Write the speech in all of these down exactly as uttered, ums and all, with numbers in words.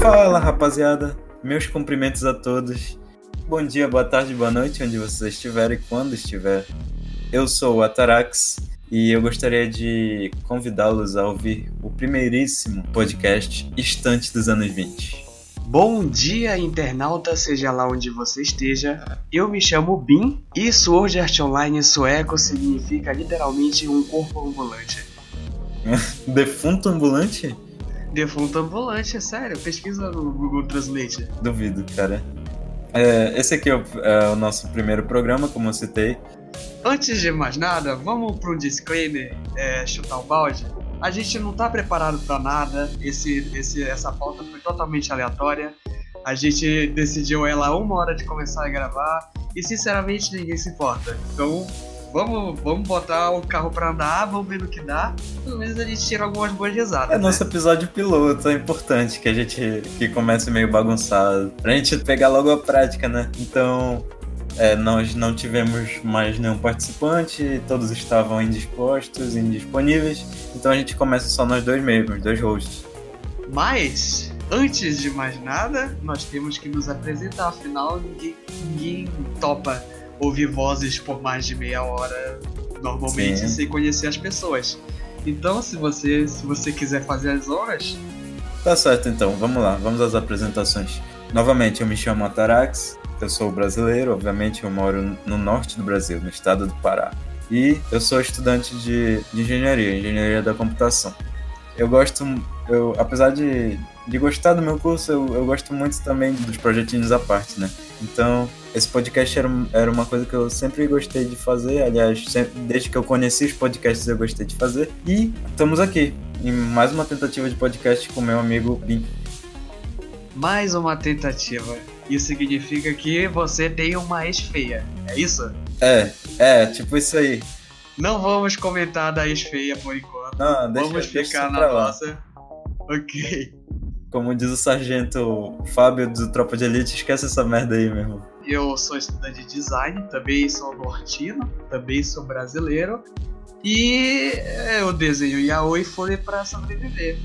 Fala, rapaziada, meus cumprimentos a todos. Bom dia, boa tarde, boa noite, onde você estiver e quando estiver. Eu sou o Atarax e eu gostaria de convidá-los a ouvir o primeiríssimo podcast Estante dos anos vinte. Bom dia, internauta, seja lá onde você esteja. Eu me chamo Bin e Sword Art Online em sueco significa literalmente um corpo ambulante. Defunto ambulante? Defunto ambulante, é sério, pesquisa no Google Translate. Duvido, cara. É, esse aqui é o, é o nosso primeiro programa, como eu citei. Antes de mais nada, vamos para um disclaimer, é, chutar o balde. A gente não tá preparado para nada, esse, esse, essa pauta foi totalmente aleatória. A gente decidiu ela uma hora de começar a gravar e sinceramente ninguém se importa. Então vamos, vamos botar o carro para andar, vamos ver no que dá. Pelo menos a gente tira algumas boas risadas. É né? nosso episódio piloto, é importante que a gente que comece meio bagunçado, pra gente pegar logo a prática, né? Então... É, nós não tivemos mais nenhum participante, todos estavam indispostos, indisponíveis, então a gente começa só nós dois mesmos, dois hosts. Mas, antes de mais nada, nós temos que nos apresentar, afinal ninguém, ninguém topa ouvir vozes por mais de meia hora, normalmente, Sim. sem conhecer as pessoas. Então, se você, se você quiser fazer as horas... Tá certo, então, vamos lá, vamos às apresentações. Novamente, eu me chamo Atarax. Eu sou brasileiro, obviamente eu moro no norte do Brasil, no estado do Pará. E eu sou estudante de, de engenharia, engenharia da computação. Eu gosto, eu, apesar de, de gostar do meu curso, eu, eu gosto muito também dos projetinhos à parte, né? Então, esse podcast era, era uma coisa que eu sempre gostei de fazer, aliás, sempre, desde que eu conheci os podcasts eu gostei de fazer. E estamos aqui, em mais uma tentativa de podcast com meu amigo Bin. Mais uma tentativa. Isso significa que você tem uma ex feia, é isso? É, é, tipo isso aí. Não vamos comentar da ex feia por enquanto. Não, deixa, vamos deixa ficar na lá. nossa. Ok. Como diz o sargento Fábio do Tropa de Elite, esquece essa merda aí, meu irmão. Eu sou estudante de design, também sou nortino, também sou brasileiro. E eu desenho yaoi folha pra sobreviver.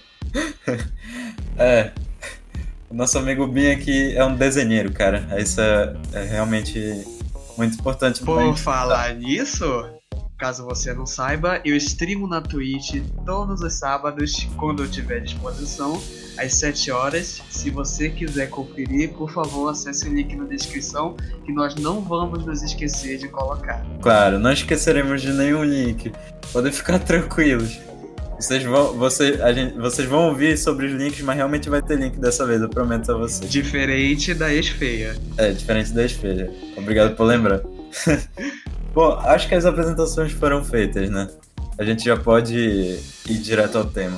É. Nosso amigo Bin aqui é um desenheiro, cara. Isso é, é realmente muito importante. Por falar nisso, caso você não saiba, eu streamo na Twitch todos os sábados, quando eu tiver disposição, às sete horas. Se você quiser conferir, por favor, acesse o link na descrição, que nós não vamos nos esquecer de colocar. Claro, não esqueceremos de nenhum link. Podem ficar tranquilos. Vocês vão, você, a gente, vocês vão ouvir sobre os links, mas realmente vai ter link dessa vez, eu prometo a vocês. Diferente da ex-feia. É, diferente da ex-feia. Obrigado por lembrar. Bom, acho que as apresentações foram feitas, né? A gente já pode ir direto ao tema.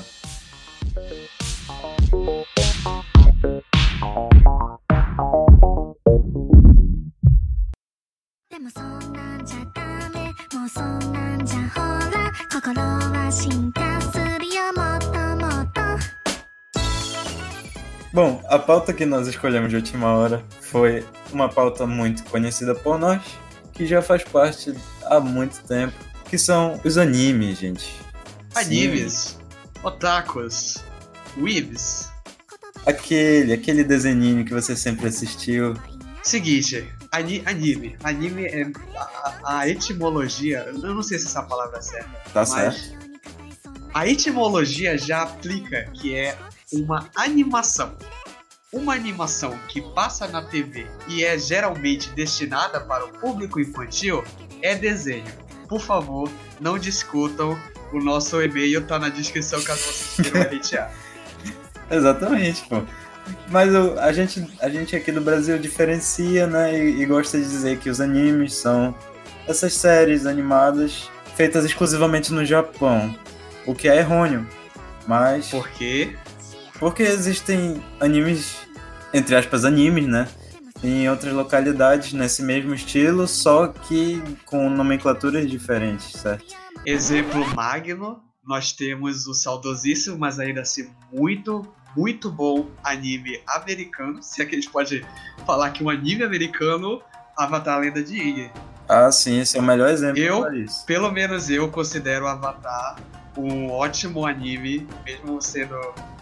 Bom, a pauta que nós escolhemos de última hora foi uma pauta muito conhecida por nós, que já faz parte há muito tempo, que são os animes, gente. Animes, Sim. Otakus, weebs. Aquele, aquele desenhinho que você sempre assistiu. Seguinte, ani, anime. Anime é a, a etimologia, eu não sei se essa palavra é certa. Tá mas certo. A etimologia já aplica que é uma animação. Uma animação que passa na T V e é geralmente destinada para o público infantil é desenho. Por favor, não discutam. O nosso e-mail tá na descrição caso vocês queiram hatear. Exatamente, pô. Mas o, a, gente, a gente aqui do Brasil diferencia, né? E, e gosta de dizer que os animes são essas séries animadas feitas exclusivamente no Japão. O que é errôneo. Mas... Por quê? Porque existem animes, entre aspas, animes, né? Em outras localidades nesse mesmo estilo, só que com nomenclaturas diferentes, certo? Exemplo magno, nós temos o saudosíssimo, mas ainda assim muito, muito bom anime americano. Se é que a gente pode falar que um anime americano, Avatar: A Lenda de Aang. Ah, sim, esse é o melhor exemplo eu, para isso. Pelo menos eu considero Avatar um ótimo anime, mesmo sendo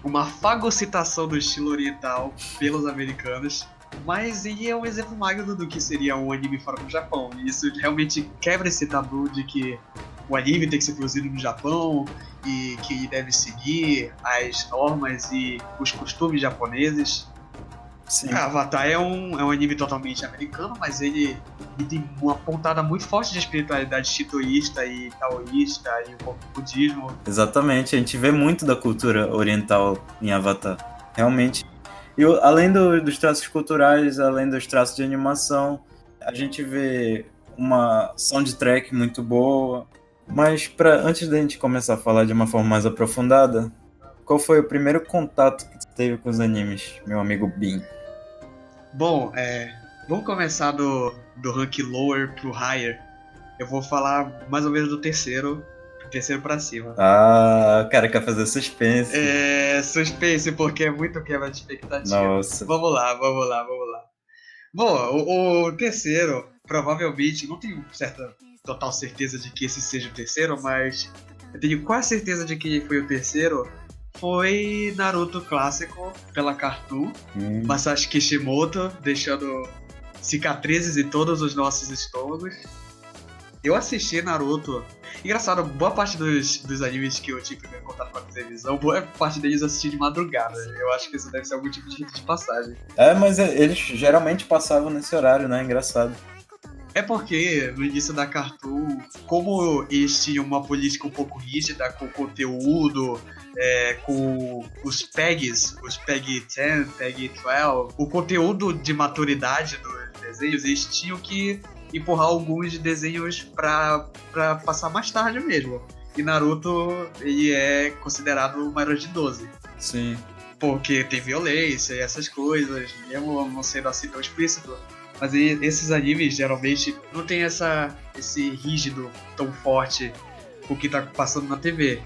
uma fagocitação do estilo oriental pelos americanos, mas ele é um exemplo magro do que seria um anime fora do Japão. E isso realmente quebra esse tabu de que o anime tem que ser produzido no Japão e que deve seguir as normas e os costumes japoneses. Sim. Avatar é um, é um anime totalmente americano, mas ele, ele tem uma pontada muito forte de espiritualidade shintoísta e taoísta e um pouco de budismo. Exatamente, a gente vê muito da cultura oriental em Avatar, realmente. E além do, dos traços culturais, além dos traços de animação, a gente vê uma soundtrack muito boa. Mas pra, antes da gente começar a falar de uma forma mais aprofundada, qual foi o primeiro contato que tu teve com os animes, meu amigo Bin? Bom, é, vamos começar do, do rank lower pro higher. Eu vou falar mais ou menos do terceiro, do terceiro pra cima. Ah, o cara quer fazer suspense. É, suspense, porque é muito quebra de expectativa. Nossa. Vamos lá, vamos lá, vamos lá. Bom, o, o terceiro, provavelmente, não tenho certa total certeza de que esse seja o terceiro, mas eu tenho quase certeza de que foi o terceiro. Foi Naruto clássico pela Cartoon, Hum. Masashi Kishimoto, deixando cicatrizes em todos os nossos estômagos. Eu assisti Naruto. Engraçado, boa parte dos, dos animes que eu tive primeiro contato com a televisão, boa parte deles eu assisti de madrugada. Eu acho que isso deve ser algum tipo de rito de passagem. É, mas eles geralmente passavam nesse horário, né? Engraçado. É porque no início da Cartoon, como eles tinham uma política um pouco rígida com o conteúdo, é, com os pegs, os PEG dez, PEG doze, o conteúdo de maturidade dos desenhos, eles tinham que empurrar alguns desenhos pra, pra passar mais tarde mesmo. E Naruto, ele é considerado maior de doze. Sim. Porque tem violência e essas coisas, mesmo não sendo assim tão explícito. Mas esses animes geralmente não tem essa, esse rígido tão forte com o que tá passando na T V.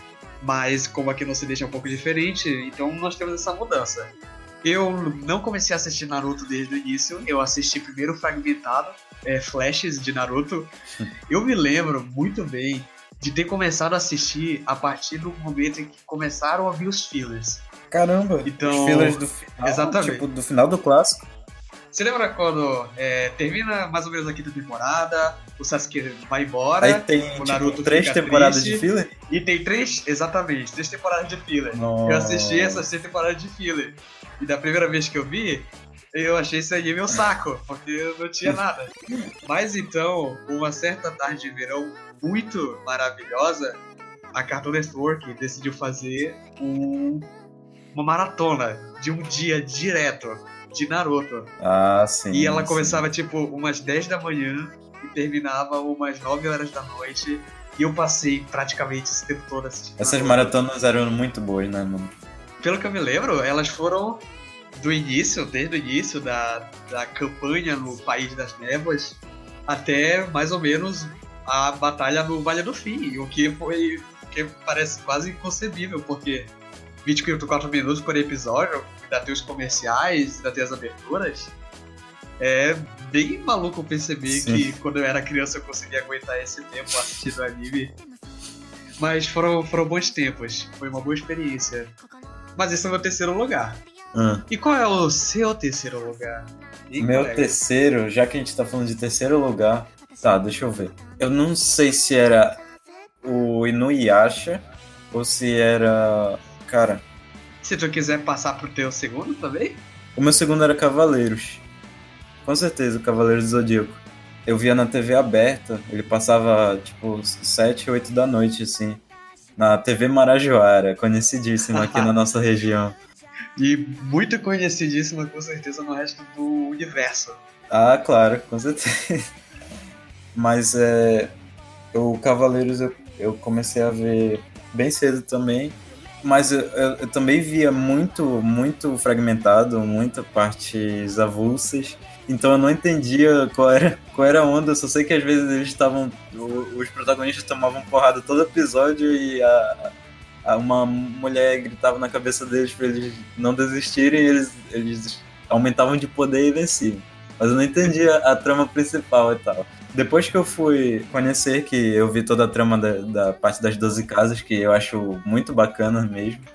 Mas como aqui não se deixa um pouco diferente, então nós temos essa mudança. Eu não comecei a assistir Naruto desde o início, eu assisti primeiro fragmentado, é, flashes de Naruto. Eu me lembro muito bem de ter começado a assistir a partir do momento em que começaram a vir os fillers. Caramba, então, os fillers do final, exatamente. Tipo, do final do clássico. Você lembra quando é, termina mais ou menos a quinta temporada, o Sasuke vai embora, aí tem o Naruto tipo, três fica temporadas triste, de filler? E tem três, exatamente, três temporadas de filler. Nossa. Eu assisti essas três temporadas de filler. E da primeira vez que eu vi, eu achei esse anime meu saco, porque não tinha nada. Mas então, uma certa tarde de verão muito maravilhosa, a Cartoon Network decidiu fazer um, uma maratona de um dia direto de Naruto. Ah, sim. E ela sim. começava tipo umas dez da manhã e terminava umas nove horas da noite. E eu passei praticamente esse tempo todo assistindo. Essas Naruto. maratonas eram muito boas, né, mano? Pelo que eu me lembro, elas foram do início, desde o início da, da campanha no País das Névoas, até mais ou menos a batalha no Vale do Fim, o que foi, o que parece quase inconcebível, porque vinte e quatro minutos por episódio, ainda tem os comerciais, ainda tem as aberturas. É bem maluco perceber Sim. que quando eu era criança eu conseguia aguentar esse tempo assistindo anime. Mas foram, foram bons tempos, foi uma boa experiência. Mas esse é o meu terceiro lugar. Hum. E qual é o seu terceiro lugar? E Meu colega? terceiro, já que a gente tá falando de terceiro lugar, tá, deixa eu ver. Eu não sei se era o Inuyasha ou se era... Cara, Se tu quiser passar pro teu segundo também? o meu segundo era Cavaleiros. Com certeza, o Cavaleiros do Zodíaco. Eu via na T V aberta, ele passava tipo sete, oito da noite, assim. Na T V Marajoara, conhecidíssima aqui na nossa região. E muito conhecidíssima com certeza no resto do universo. Ah, claro, com certeza. Mas é, o Cavaleiros eu, eu comecei a ver bem cedo também. Mas eu, eu, eu também via muito, muito fragmentado, muitas partes avulsas. Então eu não entendia qual era, qual era a onda. Eu só sei que às vezes eles estavam... Os protagonistas tomavam porrada todo episódio e a, a, uma mulher gritava na cabeça deles pra eles não desistirem e eles, eles aumentavam de poder e venciam. Mas eu não entendia a trama principal e tal. Depois que eu fui conhecer, que eu vi toda a trama da, da parte das doze casas, que eu acho muito bacana mesmo,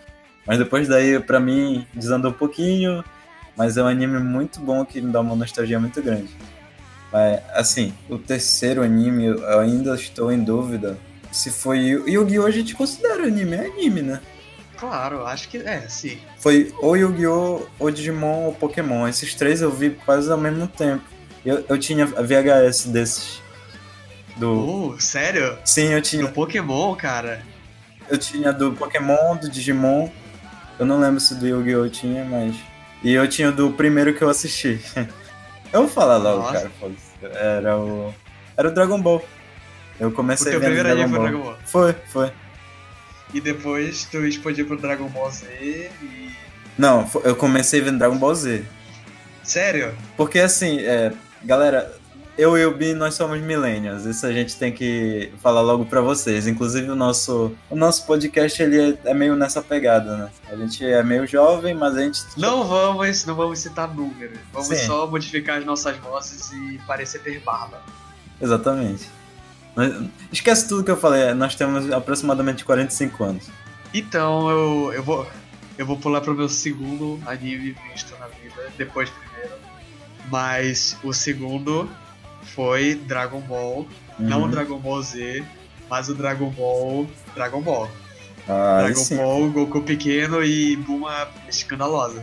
Mas depois daí, pra mim, desandou um pouquinho, mas é um anime muito bom que me dá uma nostalgia muito grande. Mas, assim, o terceiro anime, eu ainda estou em dúvida se foi... Yu-Gi-Oh! A gente considera anime, é anime, né? Claro, acho que é, sim. Foi ou Yu-Gi-Oh!, ou Digimon, ou Pokémon. Esses três eu vi quase ao mesmo tempo. Eu, eu tinha a V H S desses. Do... Uh, sério? Sim, eu tinha. Do Pokémon, cara? Eu tinha do Pokémon, do Digimon. Eu não lembro se do Yu-Gi-Oh! Eu tinha, mas... E eu tinha do primeiro que eu assisti. Eu vou falar logo, Nossa. cara. Era o... Era o Dragon Ball. Eu comecei O teu vendo primeiro Dragon anime foi Ball. Dragon Ball. Foi, foi. E depois tu expandiu pro Dragon Ball Z e... Não, fo- eu comecei vendo Dragon Ball Z. Sério? Porque assim, é, galera, eu e o Bi, nós somos millennials. Isso a gente tem que falar logo pra vocês. Inclusive o nosso, o nosso podcast ele é, é meio nessa pegada, né? A gente é meio jovem, mas a gente... Não vamos, não vamos citar números. Vamos Sim. só modificar as nossas vozes e parecer ter barba. Exatamente. Mas esquece tudo que eu falei, nós temos aproximadamente quarenta e cinco anos. Então eu, eu vou eu vou pular pro meu segundo anime visto na vida, depois primeiro. Mas o segundo foi Dragon Ball, não o Uhum. Dragon Ball Z, mas o Dragon Ball Dragon Ball. Ah, aí Dragon sim. Ball, Goku pequeno e Bulma escandalosa.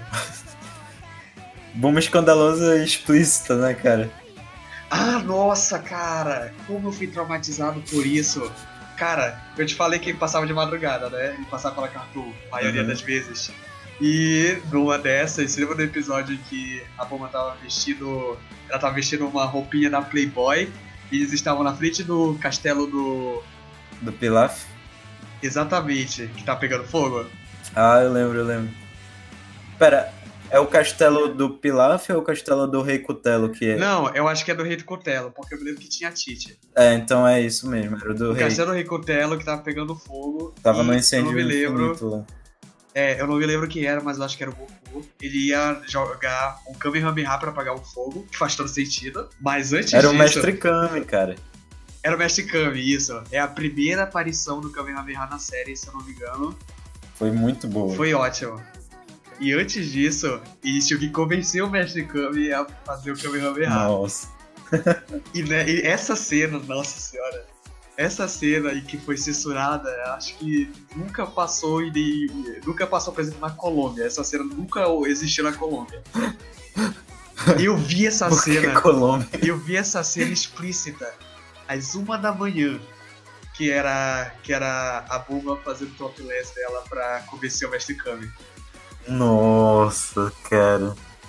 Bomba escandalosa e explícita, né, cara? Ah, nossa, cara, como eu fui traumatizado por isso. Cara, eu te falei que passava de madrugada, né? E passava pela Cartoon, a maioria Uhum. das vezes. E numa dessas, você lembra do episódio em que a Bulma tava vestindo. Ela tava vestindo uma roupinha da Playboy e eles estavam na frente do castelo do. Do Pilaf. Exatamente, que tá pegando fogo? Ah, eu lembro, eu lembro. Pera, é o castelo do Pilaf ou o castelo do Rei Cutelo que é? Não, eu acho que é do Rei do Cutelo, porque eu me lembro que tinha a Tite. É, então é isso mesmo, era o do O Rei. castelo do Rei Cutelo que tava pegando fogo. Tava e no eu incêndio não me lembro. infinito lá. É, eu não me lembro quem era, mas eu acho que era o Goku. Ele ia jogar um Kamehameha pra apagar o fogo, que faz todo sentido. Mas antes Era o disso... Mestre Kami, cara. Era o Mestre Kami, isso. É a primeira aparição do Kamehameha na série, se eu não me engano. Foi muito boa. Foi ótimo. E antes disso, eles tinham que convencer o Mestre Kami a fazer o Kamehameha. Nossa. E, né, e essa cena, nossa senhora... Essa cena aí que foi censurada, acho que nunca passou em nenhum- nunca passou, por exemplo, na Colômbia. Essa cena nunca existiu na Colômbia. Eu vi essa Por que cena, Colômbia? eu vi essa cena explícita às uma da manhã, que era que era a Bulma fazendo topless dela pra convencer o Mestre Kami. Nossa, cara.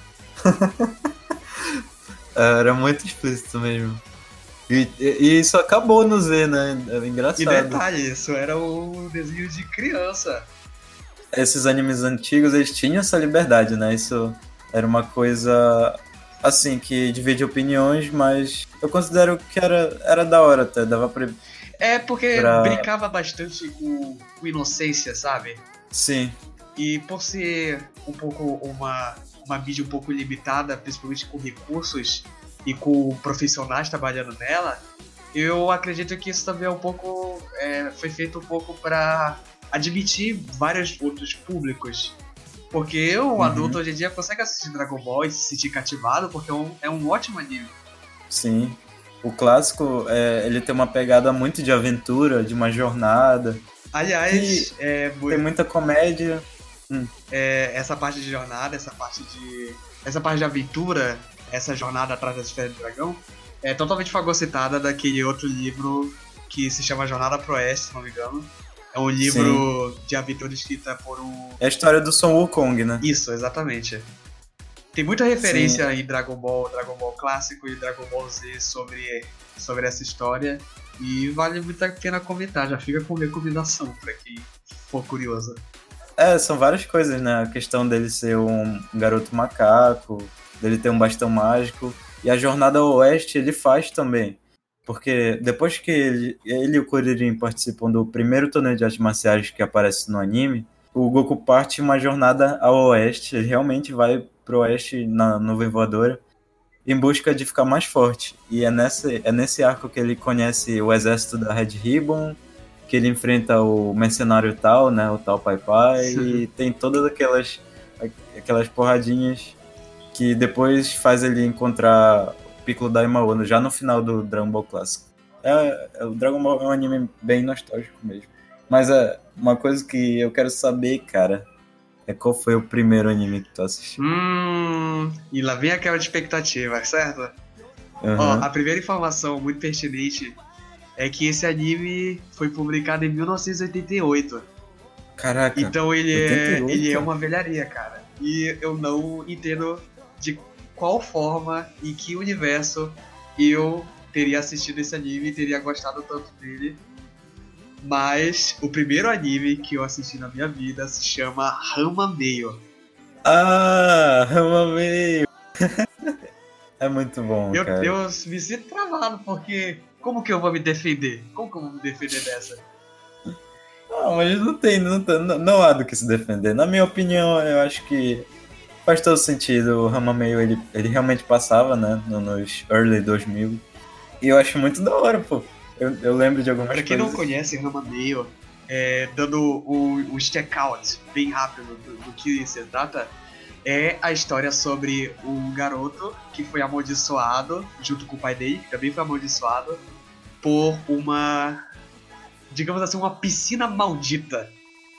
Era muito explícito mesmo. E, e isso acabou no Z, né? É engraçado. E detalhe, isso era um desenho de criança. Esses animes antigos, eles tinham essa liberdade, né? Isso era uma coisa, assim, que divide opiniões, mas eu considero que era, era da hora até, dava pra... É porque Pra- brincava bastante com, com inocência, sabe? Sim, E por ser um pouco uma, uma mídia um pouco limitada, principalmente com recursos e com profissionais trabalhando nela, eu acredito que isso também é um pouco é, foi feito um pouco para admitir vários outros públicos. Porque eu, Uhum. adulto, hoje em dia consegue assistir Dragon Ball e se sentir cativado, porque é um, é um ótimo anime. sim. O clássico, é, ele tem uma pegada muito de aventura, de uma jornada. Aliás, é, mu- Tem muita comédia. é, essa parte de jornada, essa parte de. Essa parte de aventura, essa jornada atrás da esfera do dragão, é totalmente fagocitada daquele outro livro que se chama Jornada pro Oeste, se não me engano. É um livro de aventura escrita por um. É a história do Son Wukong, né? Isso, exatamente. Tem muita referência em Dragon Ball, Dragon Ball clássico e Dragon Ball Z sobre, sobre essa história. E vale muito a pena comentar, já fica com recomendação pra quem for curioso. É, são várias coisas, né? A questão dele ser um garoto macaco, dele ter um bastão mágico. E a jornada ao oeste ele faz também. Porque depois que ele, ele e o Kuririn participam do primeiro torneio de artes marciais que aparece no anime, o Goku parte uma jornada ao oeste. Ele realmente vai pro oeste na nuvem voadora em busca de ficar mais forte. E é nesse, é nesse arco que ele conhece o exército da Red Ribbon que ele enfrenta o mercenário tal, né, o tal Pai Pai, Sim. e tem todas aquelas, aquelas porradinhas que depois faz ele encontrar o Piccolo Daimao, já no final do Dragon Ball clássico. É, é, o Dragon Ball é um anime bem nostálgico mesmo. Mas é, uma coisa que eu quero saber, cara, é qual foi o primeiro anime que tu assistiu? Hum, e lá vem aquela expectativa, certo? Uhum. Ó, a primeira informação muito pertinente é que esse anime foi publicado em mil novecentos e oitenta e oito. Caraca, Então ele é, oitenta e oito? ele é uma velharia, cara. E eu não entendo de qual forma e que universo eu teria assistido esse anime e teria gostado tanto dele. Mas o primeiro anime que eu assisti na minha vida se chama Ranma Meio. Ah, Ramamei! É muito bom, Eu, cara. eu me sinto travado, porque como que eu vou me defender? Como que eu vou me defender dessa? Não, mas não tem, não, tem- não, não há do que se defender. Na minha opinião, eu acho que faz todo sentido. O Ramameio, ele, ele realmente passava, né, no- nos early dois mil. E eu acho muito da hora, pô. Eu, eu lembro de algumas Pra quem coisas. não conhece Ranma Meio, é, dando o, o check-out bem rápido do, do que se trata, é a história sobre um garoto que foi amaldiçoado, junto com o pai dele, que também foi amaldiçoado, por uma, digamos assim, uma piscina maldita.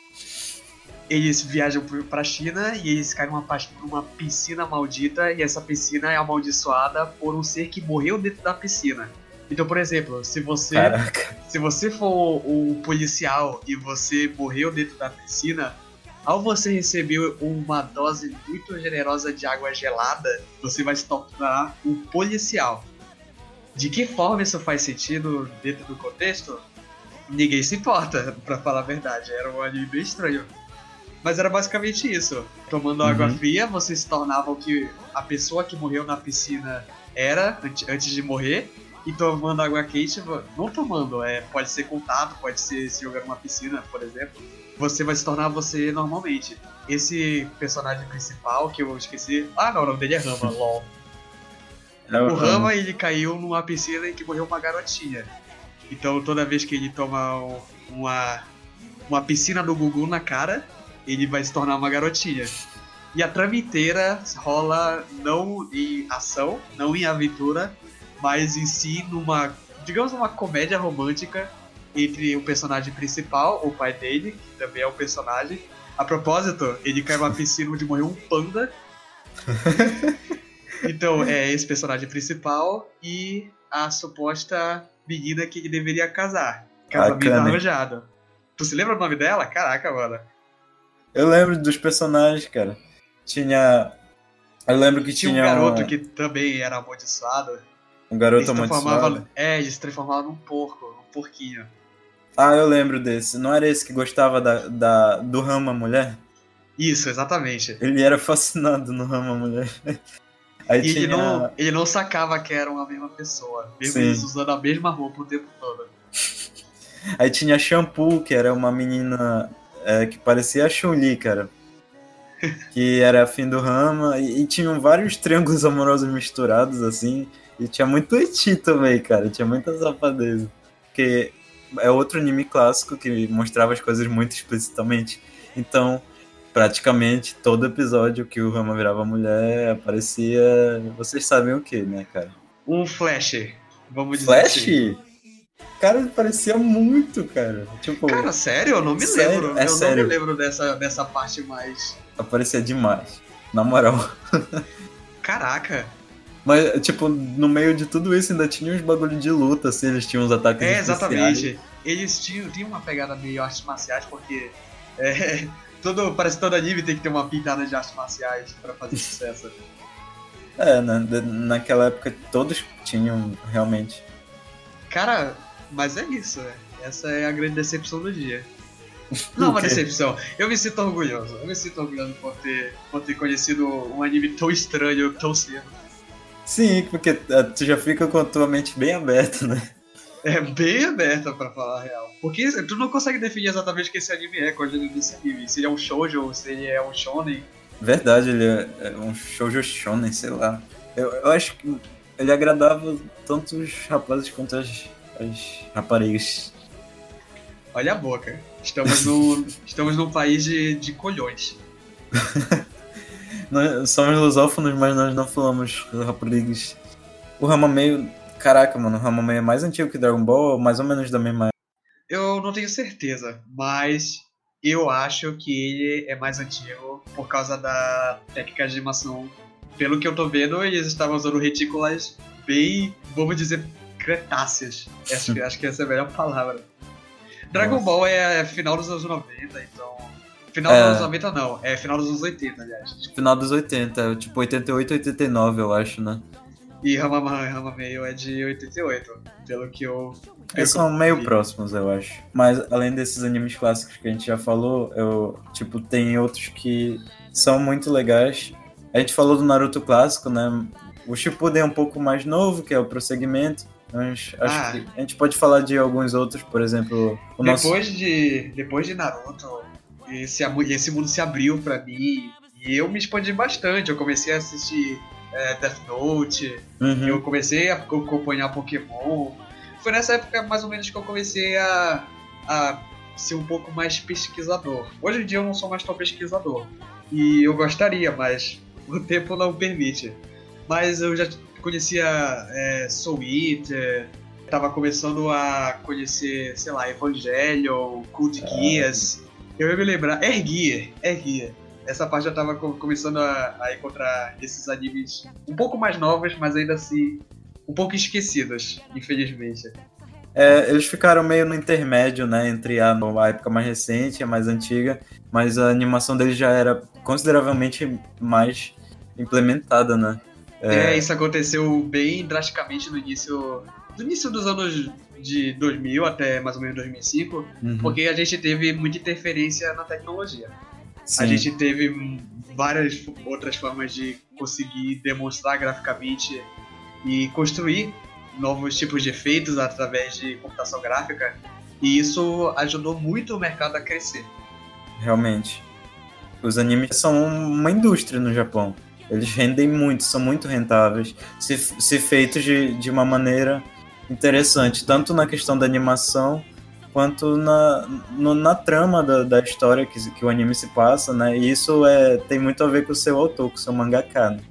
Eles viajam pro- pra China e eles caem numa, pas- numa piscina maldita, e essa piscina é amaldiçoada por um ser que morreu dentro da piscina. Então, por exemplo, se você Caraca. se você for o policial e você morreu dentro da piscina, ao você receber uma dose muito generosa de água gelada, você vai se tornar um policial. De que forma isso faz sentido dentro do contexto? Ninguém se importa, pra falar a verdade. Era um anime bem estranho. Mas era basicamente isso. Tomando água Uhum. fria, você se tornava o que a pessoa que morreu na piscina era antes antes de morrer. E tomando água quente, não tomando, é, pode ser contato, pode ser se jogar numa piscina, por exemplo. Você vai se tornar você normalmente. Esse personagem principal, que eu esqueci. Ah, não, o nome dele é Rama, lol. É O Rama, ele caiu numa piscina em que morreu uma garotinha. Então toda vez que ele toma um- uma, uma piscina do Gugu na cara, ele vai se tornar uma garotinha. E a trama inteira rola não em ação, não em aventura, mas em si numa, digamos, uma comédia romântica entre o personagem principal, o pai dele, que também é um personagem. A propósito, ele cai numa piscina onde morreu um panda. Então, é esse personagem principal e a suposta menina que ele deveria casar. Casamento Bacana. arranjado. Tu se lembra o nome dela? Caraca, mano. Eu lembro dos personagens, cara. Tinha. Eu lembro que Tinha tinha, um garoto um, que também era amaldiçoado. um Ele garoto se transformava. amaldiçoado. É, ele se transformava num porco, num porquinho. Ah, eu lembro desse. Não era esse que gostava da, da, do Rama Mulher? Isso, exatamente. Ele era fascinado no Rama Mulher. Aí E ele não, tinha. ele não sacava que eram a mesma pessoa, mesmo Sim. eles usando a mesma roupa o tempo todo. Aí tinha Shampoo, que era uma menina é, que parecia a Chun-Li, cara. Que era afim do Rama. E, e tinham vários triângulos amorosos misturados, assim. E tinha muito eti também, cara. Tinha muita safadeza. Porque é outro anime clássico que mostrava as coisas muito explicitamente. Então, praticamente, todo episódio que o Rama virava mulher aparecia... Vocês sabem o que, né, cara? Um Flash, vamos dizer Flash? assim. Cara, ele parecia muito, cara. Tipo, Cara, sério? Eu não me Sério? lembro. É eu sério. não me lembro dessa, dessa parte mais. aparecia demais. Na moral. Caraca. Mas, tipo, no meio de tudo isso ainda tinha uns bagulho de luta, assim, eles tinham uns ataques É, especiais. exatamente. Eles tinham, tinham uma pegada meio artes marciais, porque é, todo, parece que todo anime tem que ter uma pintada de artes marciais pra fazer sucesso. É, na, naquela época todos tinham, realmente. Cara, mas é isso, né? Essa é a grande decepção do dia. Não uma O quê? decepção, eu me sinto orgulhoso. Eu me sinto orgulhoso por ter, por ter conhecido um anime tão estranho, tão cedo. Sim, porque é, tu já fica com a tua mente bem aberta, né? É bem aberta, pra falar a real. Porque tu não consegue definir exatamente o que esse anime é, qual é o gênero desse anime. Se ele é um shoujo, se ele é um shonen. Verdade, ele é, é um shoujo shonen, sei lá. Eu, eu acho que ele agradava tanto os rapazes quanto as, as raparigas. Olha a boca. Estamos, no, estamos num país de, de colhões. Nós somos lusófonos, mas nós não falamos rapurigues. O Ramameio... Caraca, mano, o Ramameio é mais antigo que Dragon Ball, ou mais ou menos da mesma época? Eu não tenho certeza, mas eu acho que ele é mais antigo por causa da técnica de animação. Pelo que eu tô vendo, eles estavam usando retículas bem, vamos dizer, cretáceas. Acho, acho que essa é a melhor palavra. Dragon Nossa. Ball é final dos anos noventa, então... Final É. dos anos noventa não, é final dos anos oitenta, aliás. Final dos oitenta, tipo oitenta e oito, oitenta e nove, eu acho, né? E Ramaman Ramameio é de oitenta e oito, pelo que eu... Eles são meio próximos, eu acho. Mas além desses animes clássicos que a gente já falou, eu, tipo, tem outros que são muito legais. A gente falou do Naruto clássico, né? O Shippuden é um pouco mais novo, que é o prosseguimento. Mas acho Ah. que a gente pode falar de alguns outros, por exemplo... O Depois, nosso... de, depois de Naruto, esse, esse mundo se abriu pra mim e eu me expandi bastante. Eu comecei a assistir é, Death Note, Uhum. eu comecei a acompanhar Pokémon. Foi nessa época mais ou menos que eu comecei a, a ser um pouco mais pesquisador. Hoje em dia eu não sou mais tão pesquisador e eu gostaria, mas o tempo não permite. Mas eu já conhecia é, Soul Eater, tava começando a conhecer, sei lá, Evangelion, Code Geass. Eu ia me lembrar, Air Gear, Air Gear. Essa parte já tava co- começando a, a encontrar esses animes um pouco mais novos, mas ainda assim um pouco esquecidos, infelizmente. É, eles ficaram meio no intermédio, né, entre a, a época mais recente e a mais antiga, mas a animação deles já era consideravelmente mais implementada, né? É, isso aconteceu bem drasticamente no início, no início dos anos de dois mil até mais ou menos dois mil e cinco, Uhum. porque a gente teve muita interferência na tecnologia. Sim. A gente teve várias outras formas de conseguir demonstrar graficamente e construir novos tipos de efeitos através de computação gráfica, e isso ajudou muito o mercado a crescer. Realmente. Os animes são uma indústria no Japão. Eles rendem muito, são muito rentáveis, se, se feitos de, de uma maneira interessante, tanto na questão da animação, quanto na, no, na trama da, da história que, que o anime se passa, né? E isso é, tem muito a ver com o seu autor, com o seu mangaka, né?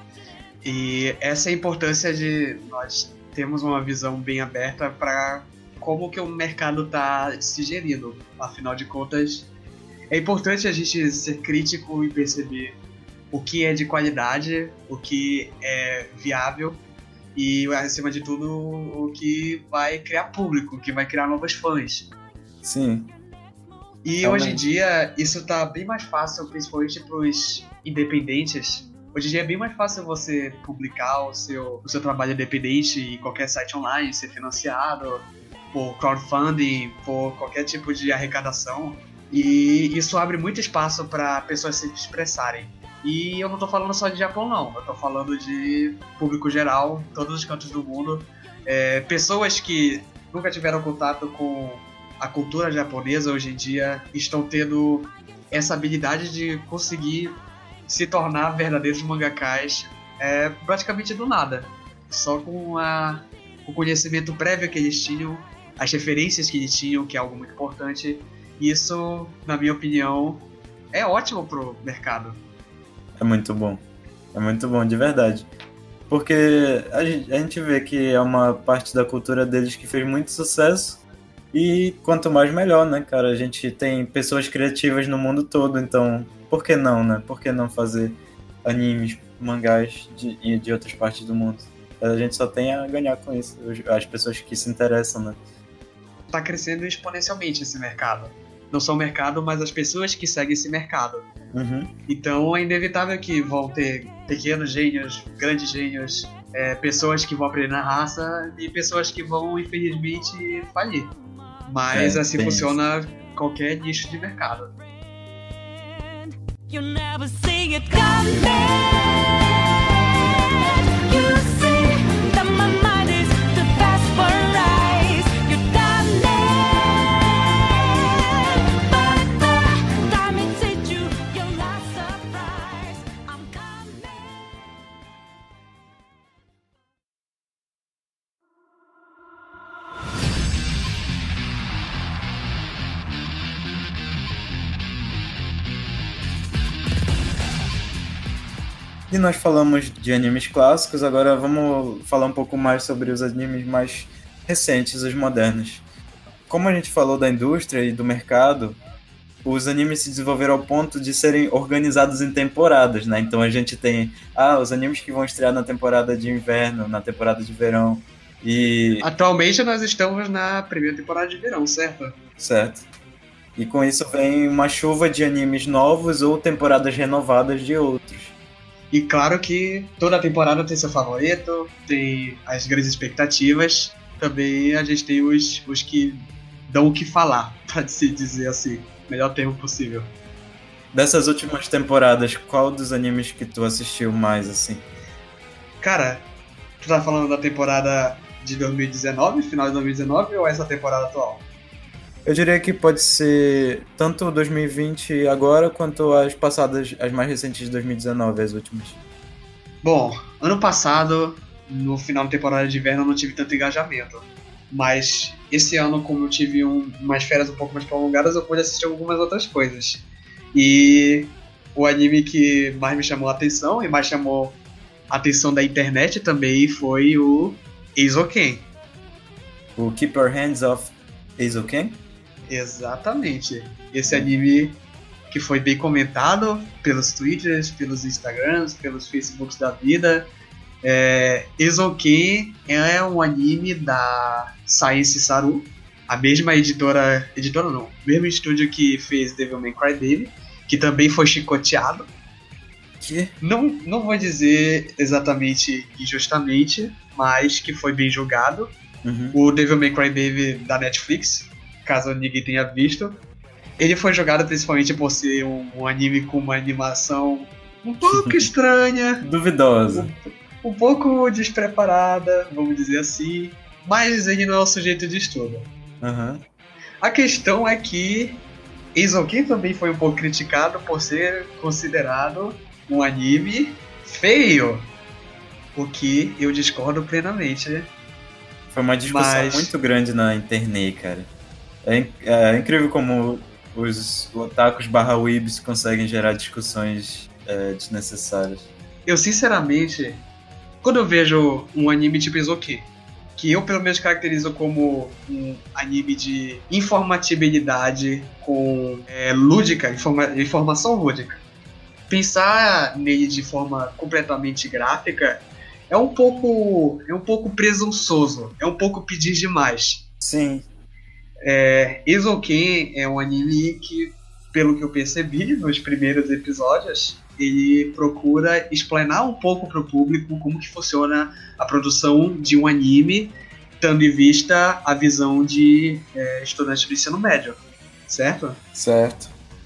E essa é a importância de nós termos uma visão bem aberta para como que o mercado está se gerindo. Afinal de contas, é importante a gente ser crítico e perceber o que é de qualidade, o que é viável e, acima de tudo, o que vai criar público, o que vai criar novos fãs. Sim. E Realmente. hoje em dia isso tá bem mais fácil, principalmente para os independentes. Hoje em dia é bem mais fácil você publicar o seu, o seu trabalho independente em qualquer site online, ser financiado por crowdfunding, por qualquer tipo de arrecadação. E isso abre muito espaço para pessoas se expressarem. E eu não tô falando só de Japão, não. Eu tô falando de público geral, em todos os cantos do mundo. É, pessoas que nunca tiveram contato com a cultura japonesa hoje em dia estão tendo essa habilidade de conseguir se tornar verdadeiros mangakás é, praticamente do nada. Só com a, o conhecimento prévio que eles tinham, as referências que eles tinham, que é algo muito importante. Isso, na minha opinião, é ótimo pro mercado. É muito bom. É muito bom, de verdade. Porque a gente, a gente vê que é uma parte da cultura deles que fez muito sucesso. E quanto mais melhor, né, cara? A gente tem pessoas criativas no mundo todo, então por que não, né? Por que não fazer animes, mangás de, de outras partes do mundo? A gente só tem a ganhar com isso, as pessoas que se interessam, né? Tá crescendo exponencialmente esse mercado. Não só o mercado, mas as pessoas que seguem esse mercado. Uhum. Então é inevitável que vão ter pequenos gênios, grandes gênios, é, pessoas que vão aprender na raça e pessoas que vão, infelizmente, falir. Mas É, assim tem funciona qualquer nicho de mercado. You never see it coming. You see that my mind is too fast for eyes. You're done but the time it hit you, you're not surprised. I'm coming. E nós falamos de animes clássicos, agora vamos falar um pouco mais sobre os animes mais recentes, os modernos. Como a gente falou da indústria e do mercado, os animes se desenvolveram ao ponto de serem organizados em temporadas, né? Então a gente tem ah, os animes que vão estrear na temporada de inverno, na temporada de verão. E... Atualmente nós estamos na primeira temporada de verão, certo? Certo. E com isso vem uma chuva de animes novos ou temporadas renovadas de outros. E claro que toda temporada tem seu favorito, tem as grandes expectativas. Também a gente tem os, os que dão o que falar, pra se dizer assim, melhor termo possível. Dessas últimas temporadas, qual dos animes que tu assistiu mais, assim? Cara, tu tá falando da temporada de dois mil e dezenove, final de dois mil e dezenove, ou essa temporada atual? Eu diria que pode ser tanto dois mil e vinte agora, quanto as passadas, as mais recentes de dois mil e dezenove, as últimas. Bom, ano passado, no final da temporada de inverno, eu não tive tanto engajamento. Mas esse ano, como eu tive um, umas férias um pouco mais prolongadas, eu pude assistir algumas outras coisas. E o anime que mais me chamou a atenção, e mais chamou a atenção da internet também, foi o Eizouken. O Keep Your Hands Off Eizouken? Exatamente. Esse anime que foi bem comentado pelos Twitters, pelos Instagrams, pelos Facebooks da vida. É, Eizouken é um anime da Science Saru, a mesma editora, editora não, o mesmo estúdio que fez Devilman Crybaby, que também foi chicoteado. Que? Não, não vou dizer exatamente injustamente, mas que foi bem julgado. Uhum. O Devilman Crybaby da Netflix, caso ninguém tenha visto, ele foi jogado principalmente por ser um, um anime com uma animação um pouco estranha, Duvidosa. um, um pouco despreparada, vamos dizer assim, mas ele não é o sujeito de estudo. Uhum. A questão é que Eizouken também foi um pouco criticado por ser considerado um anime feio, o que eu discordo plenamente. Foi uma discussão Mas- muito grande na internet, cara. É, in- é incrível como os otakus barra weebs conseguem gerar discussões é, desnecessárias. Eu, sinceramente, quando eu vejo um anime tipo Eizouken, que eu pelo menos caracterizo como um anime de informatibilidade com é, lúdica, informa- informação lúdica, pensar nele de forma completamente gráfica é um pouco, é um pouco presunçoso, é um pouco pedir demais. Sim. É, Eizouken é um anime que, pelo que eu percebi nos primeiros episódios, ele procura explanar um pouco para o público como que funciona a produção de um anime, tendo em vista a visão de é, estudantes do ensino médio, certo? Certo.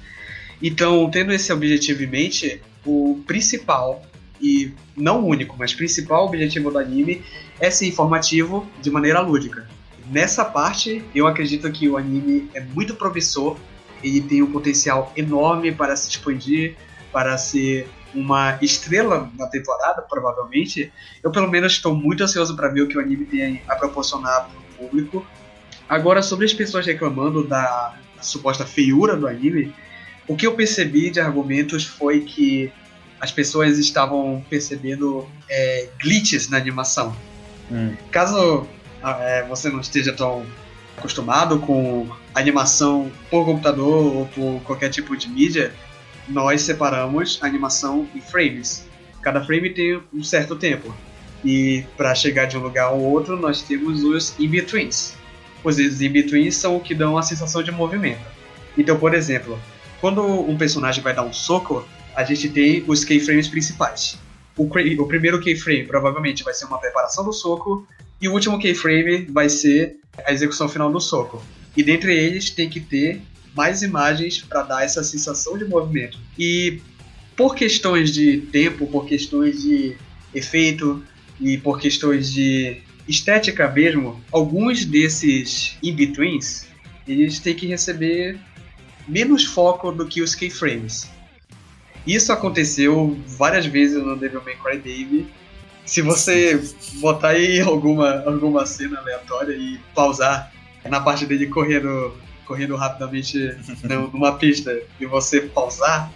Então, tendo esse objetivo em mente, o principal, e não o único, mas principal objetivo do anime é ser informativo de maneira lúdica. Nessa parte, eu acredito que o anime é muito promissor, ele tem um potencial enorme para se expandir, para ser uma estrela na temporada, provavelmente. Eu, pelo menos, estou muito ansioso para ver o que o anime tem a proporcionar para o público. Agora, sobre as pessoas reclamando da, da suposta feiura do anime, o que eu percebi de argumentos foi que as pessoas estavam percebendo é, glitches na animação. Hum. Caso é, você não esteja tão acostumado com animação por computador ou por qualquer tipo de mídia, nós separamos a animação em frames. Cada frame tem um certo tempo. E para chegar de um lugar ao outro, nós temos os in-betweens. Os in-betweens são o que dão a sensação de movimento. Então, por exemplo, quando um personagem vai dar um soco, a gente tem os keyframes principais. O, cra- o primeiro keyframe provavelmente vai ser uma preparação do soco, e o último keyframe vai ser a execução final do soco. E dentre eles tem que ter mais imagens para dar essa sensação de movimento. E por questões de tempo, por questões de efeito e por questões de estética mesmo, alguns desses in-betweens eles têm que receber menos foco do que os keyframes. Isso aconteceu várias vezes no Devilman Crybaby. Se você botar aí alguma, alguma cena aleatória e pausar na parte dele correndo, correndo rapidamente numa pista e você pausar,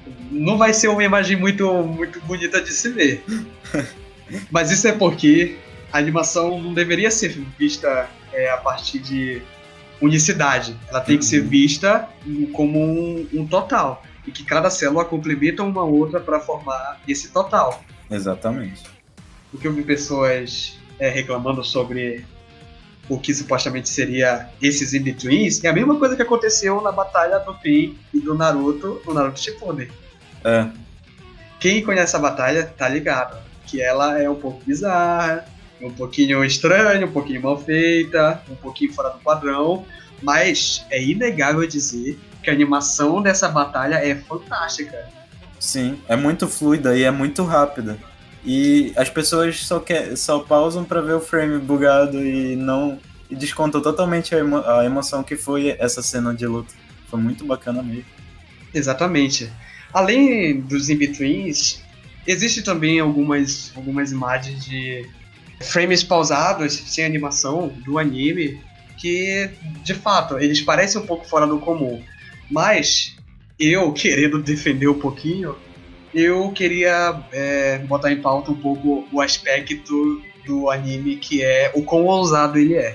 não vai ser uma imagem muito, muito bonita de se ver. Mas isso é porque a animação não deveria ser vista é, a partir de unicidade. Ela tem que ser vista como um, um total. E que cada célula complementa uma outra para formar esse total. Exatamente. O que eu vi pessoas é, reclamando sobre o que supostamente seria esses in-betweens é a mesma coisa que aconteceu na batalha do Pain e do Naruto no Naruto Shippuden. É. Quem conhece a batalha tá ligado que ela é um pouco bizarra, um pouquinho estranha, um pouquinho mal feita, um pouquinho fora do padrão, mas é inegável dizer que a animação dessa batalha é fantástica. Sim, é muito fluida e é muito rápida. E as pessoas só, quer, só pausam pra ver o frame bugado e não e descontam totalmente a, emo, a emoção que foi essa cena de luta. Foi muito bacana mesmo. Exatamente. Além dos in-betweens, existe também algumas, algumas imagens de frames pausados, sem animação, do anime, que, de fato, eles parecem um pouco fora do comum. Mas, eu, querendo defender um pouquinho, eu queria é, botar em pauta um pouco o aspecto do anime, que é o quão ousado ele é.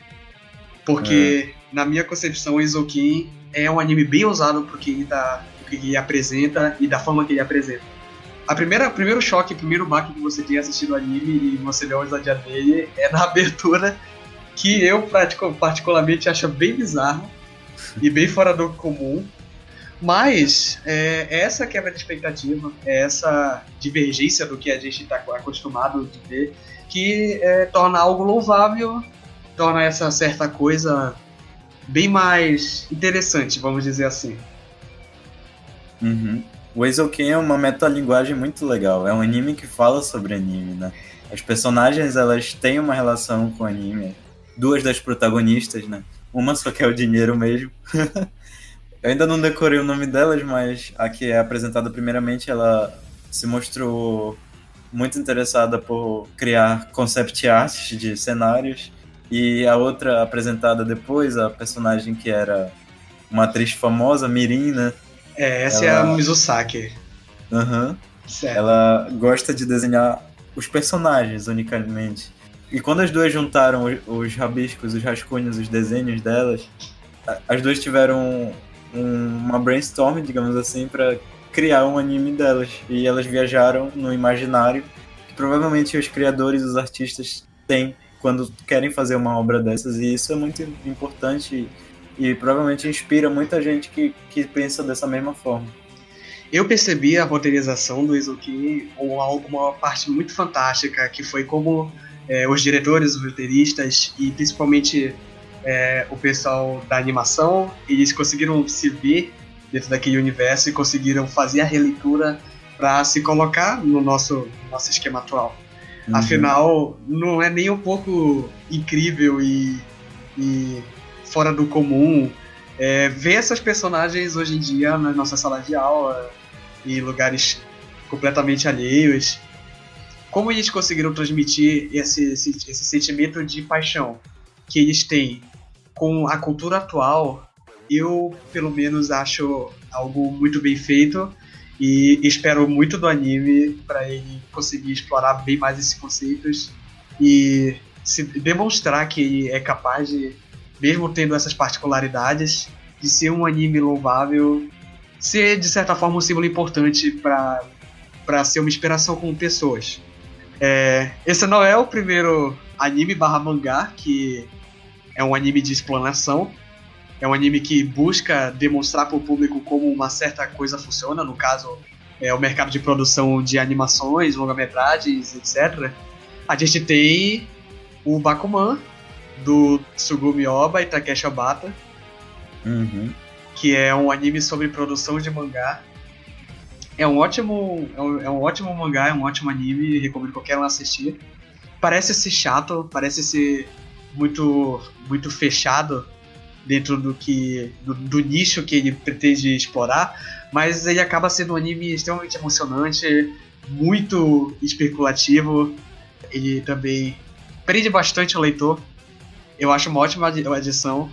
Porque, é. na minha concepção, o Eizouken é um anime bem ousado porque ele, tá, porque ele apresenta e da forma que ele apresenta. A primeira, o primeiro choque, o primeiro baque que você tem assistido o anime e você vê a ousadia dele é na abertura, que eu particularmente acho bem bizarro e bem fora do comum. Mas é essa quebra de expectativa, é essa divergência do que a gente está acostumado de ver, que é, torna algo louvável, torna essa certa coisa bem mais interessante, vamos dizer assim. Uhum. O Eizouken é uma metalinguagem muito legal, é um anime que fala sobre anime, né? As personagens, elas têm uma relação com o anime, duas das protagonistas, né? Uma só quer o dinheiro mesmo. Eu ainda não decorei o nome delas, mas a que é apresentada primeiramente, ela se mostrou muito interessada por criar concept arts de cenários, e a outra apresentada depois, a personagem que era uma atriz famosa, Mirin, né? É, essa ela... é a Mizusaki. Uhum. Certo. Ela gosta de desenhar os personagens unicamente. E quando as duas juntaram os, os rabiscos, os rascunhos, os desenhos delas, as duas tiveram um, uma brainstorm, digamos assim, para criar um anime delas. E elas viajaram no imaginário que provavelmente os criadores, os artistas têm quando querem fazer uma obra dessas. E isso é muito importante e, e provavelmente inspira muita gente que, que pensa dessa mesma forma. Eu percebi a roteirização do Eizouken uma, uma parte muito fantástica, que foi como é, os diretores, os roteiristas e principalmente é, o pessoal da animação, eles conseguiram se ver dentro daquele universo e conseguiram fazer a releitura para se colocar no nosso, nosso esquema atual. Uhum. Afinal, não é nem um pouco incrível e, e fora do comum é, ver essas personagens hoje em dia na nossa sala de aula, em lugares completamente alheios. Como eles conseguiram transmitir esse, esse, esse sentimento de paixão que eles têm com a cultura atual, eu, pelo menos, acho algo muito bem feito e espero muito do anime para ele conseguir explorar bem mais esses conceitos e se demonstrar que ele é capaz de, mesmo tendo essas particularidades, de ser um anime louvável, ser, de certa forma, um símbolo importante para para ser uma inspiração com pessoas. É, esse não é o primeiro anime barra mangá que é um anime de explanação. É um anime que busca demonstrar para o público como uma certa coisa funciona, no caso, é o mercado de produção de animações, longa-metragens, etcétera. A gente tem o Bakuman, do Tsugumi Oba e Takeshi Obata, uhum. que é um anime sobre produção de mangá. É um ótimo, é um, é um ótimo mangá, é um ótimo anime, recomendo qualquer um assistir. Parece ser chato, parece ser muito, muito fechado dentro do, que, do, do nicho que ele pretende explorar, mas ele acaba sendo um anime extremamente emocionante, muito especulativo. Ele também prende bastante o leitor. Eu acho uma ótima adição.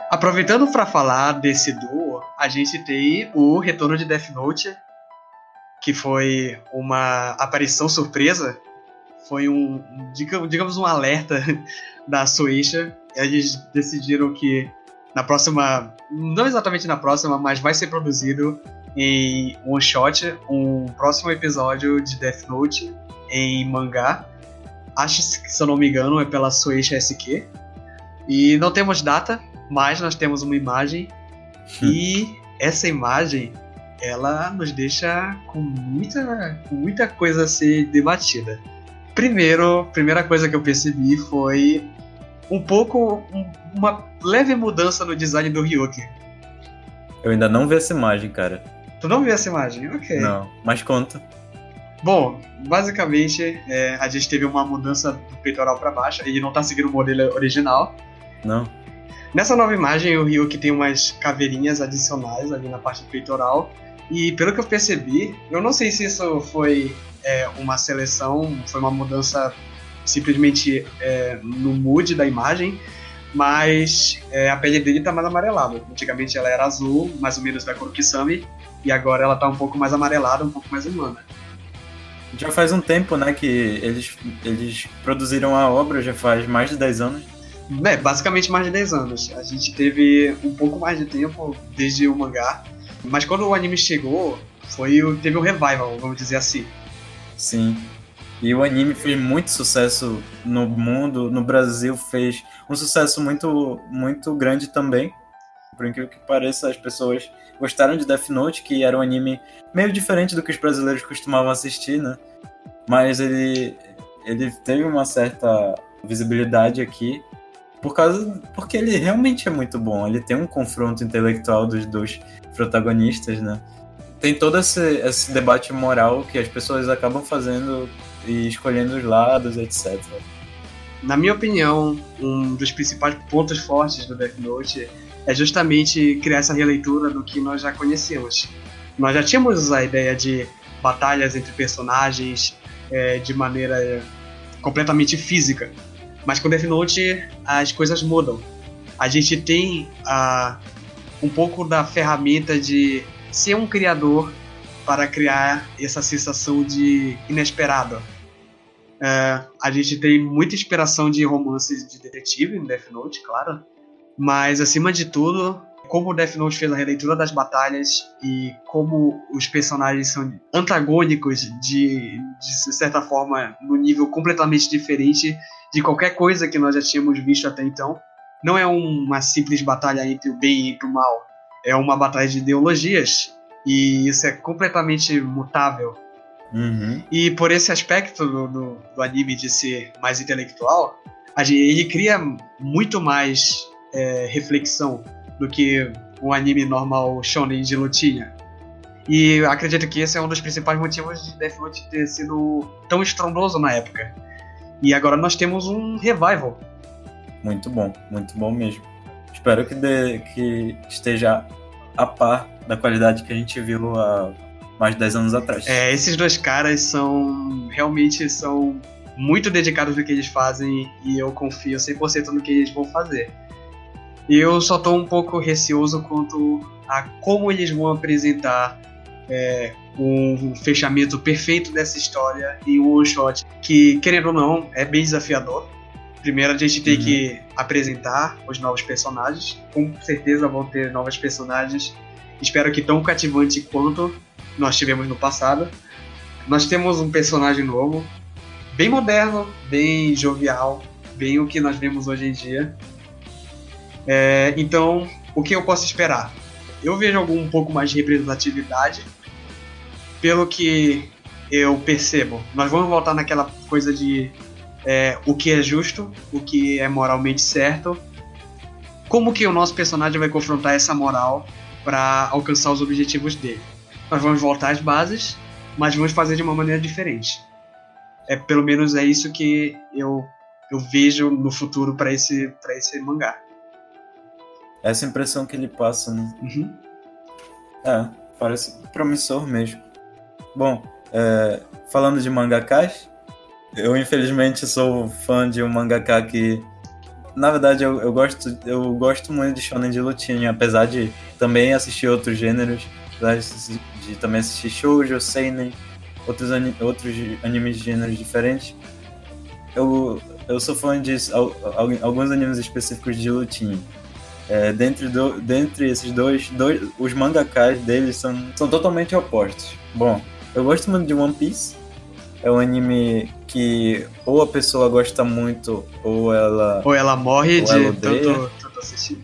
Aproveitando para falar desse duo, a gente tem o retorno de Death Note, que foi uma aparição surpresa, foi um, digamos, um alerta da Shueisha. Eles decidiram que na próxima, não exatamente na próxima, mas vai ser produzido em one shot, um próximo episódio de Death Note em mangá. Acho que, se eu não me engano, é pela Shueisha S Q. E não temos data, mas nós temos uma imagem. E essa imagem, ela nos deixa com muita, com muita coisa a ser debatida. Primeiro, primeira coisa que eu percebi foi um pouco, um, uma leve mudança no design do Ryuki. Eu ainda não vi essa imagem, cara. Tu não viu essa imagem? Ok. Não, mas conta. Bom, basicamente, é, a gente teve uma mudança do peitoral pra baixo. Ele não tá seguindo o modelo original. Não. Nessa nova imagem, o Ryuki tem umas caveirinhas adicionais ali na parte do peitoral. E pelo que eu percebi, eu não sei se isso foi é, uma seleção, foi uma mudança simplesmente é, no mood da imagem, mas é, a pele dele tá mais amarelada. Antigamente ela era azul, mais ou menos da cor Kisame, e agora ela tá um pouco mais amarelada, um pouco mais humana. Já faz um tempo, né, que eles, eles produziram a obra, já faz mais de dez anos. É, basicamente mais de dez anos. A gente teve um pouco mais de tempo desde o mangá, mas quando o anime chegou, foi, teve um revival, vamos dizer assim. Sim. E o anime fez muito sucesso no mundo, no Brasil fez um sucesso muito, muito grande também. Por incrível que pareça, as pessoas gostaram de Death Note, que era um anime meio diferente do que os brasileiros costumavam assistir, né? Mas ele, ele teve uma certa visibilidade aqui, por causa, porque ele realmente é muito bom. Ele tem um confronto intelectual dos dois protagonistas, né? Tem todo esse, esse debate moral que as pessoas acabam fazendo e escolhendo os lados, etcétera. Na minha opinião, um dos principais pontos fortes do Death Note é justamente criar essa releitura do que nós já conhecemos. Nós já tínhamos a ideia de batalhas entre personagens é, de maneira completamente física, mas com Death Note as coisas mudam. A gente tem ah, um pouco da ferramenta de ser um criador para criar essa sensação de inesperado. É, a gente tem muita inspiração de romances de detetive em Death Note, claro, mas acima de tudo, como o Death Note fez a releitura das batalhas e como os personagens são antagônicos de, de certa forma, no nível completamente diferente de qualquer coisa que nós já tínhamos visto até então. Não é uma simples batalha entre o bem e entre o mal, é uma batalha de ideologias, e isso é completamente mutável. Uhum. E por esse aspecto do, do, do anime de ser mais intelectual, a gente, ele cria muito mais é, reflexão do que um anime normal shonen de lutinha. E acredito que esse é um dos principais motivos de Death Note ter sido tão estrondoso na época. E agora nós temos um revival. Muito bom, muito bom mesmo. Espero que, dê, que esteja a par da qualidade que a gente viu há mais de dez anos atrás. É, esses dois caras são realmente são muito dedicados no que eles fazem e eu confio cem por cento no que eles vão fazer. E eu só tô um pouco receoso quanto a como eles vão apresentar é, um fechamento perfeito dessa história em um one-shot que, querendo ou não, é bem desafiador. Primeiro a gente tem uhum. que apresentar os novos personagens. Com certeza vão ter novos personagens. Espero que tão cativante quanto nós tivemos no passado. Nós temos um personagem novo, bem moderno, bem jovial, bem o que nós vemos hoje em dia. É, então, o que eu posso esperar? Eu vejo algum um pouco mais de representatividade. Pelo que eu percebo, nós vamos voltar naquela coisa de é, o que é justo, o que é moralmente certo. Como que o nosso personagem vai confrontar essa moral para alcançar os objetivos dele? Nós vamos voltar às bases, mas vamos fazer de uma maneira diferente. É, pelo menos é isso que eu, eu vejo no futuro para esse, para esse mangá. Essa impressão que ele passa, né? Uhum. É, parece promissor mesmo. Bom, é, falando de mangakás, eu infelizmente sou fã de um mangaka que na verdade, eu, eu, gosto, eu gosto muito de shonen de lutinha, apesar de também assistir outros gêneros, apesar de, de também assistir shoujo, seinen, outros, ani, outros animes de gêneros diferentes. Eu, eu sou fã de al, al, alguns animes específicos de lutinha. É, dentre, do, dentre esses dois, dois, os mangakas deles são, são totalmente opostos. Bom, eu gosto muito de One Piece. É um anime que ou a pessoa gosta muito, ou ela... Ou ela morre ou de ela odeia. tanto, tanto assistir.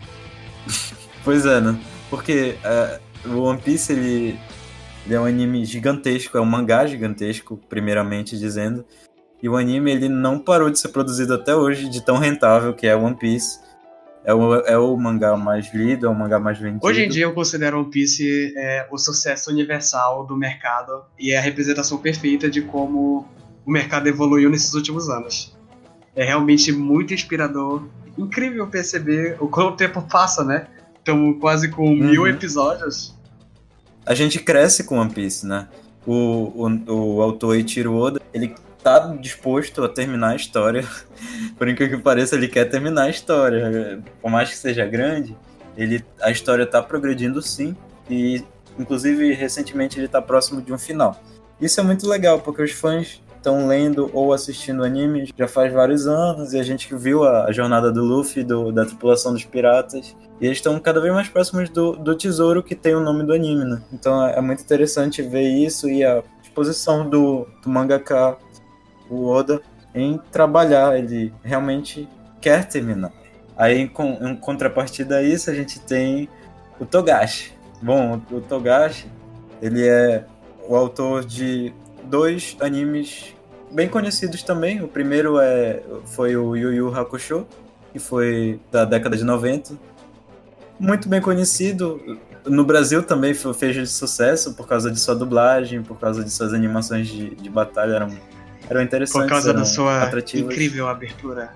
Pois é, né? Porque uh, o One Piece, ele, ele é um anime gigantesco, é um mangá gigantesco, primeiramente dizendo. E o anime, ele não parou de ser produzido até hoje, de tão rentável que é One Piece. É o, é o mangá mais lido, é o mangá mais vendido. Hoje em dia eu considero One Piece é, o sucesso universal do mercado e é a representação perfeita de como o mercado evoluiu nesses últimos anos. É realmente muito inspirador, incrível perceber o quanto o tempo passa, né? Estamos quase com Uhum. mil episódios. A gente cresce com One Piece, né? O, o, o autor Eiichiro Oda, ele tá disposto a terminar a história. Por incrível que pareça, ele quer terminar a história. Por mais que seja grande, ele, a história tá progredindo sim. E, inclusive, recentemente ele tá próximo de um final. Isso é muito legal, porque os fãs estão lendo ou assistindo animes já faz vários anos, e a gente viu a, a jornada do Luffy, do, da tripulação dos piratas, e eles estão cada vez mais próximos do, do tesouro que tem o nome do anime, né? Então é, é muito interessante ver isso e a disposição do, do mangaka, o Oda, em trabalhar. Ele realmente quer terminar. Aí, em, em contrapartida a isso, a gente tem o Togashi. Bom, o, o Togashi, ele é o autor de dois animes bem conhecidos também. O primeiro é, foi o Yu Yu Hakusho, que foi da década de noventa. Muito bem conhecido. No Brasil também fez sucesso por causa de sua dublagem, por causa de suas animações de, de batalha, eram, eram interessantes. Por causa eram da sua atrativas. incrível abertura.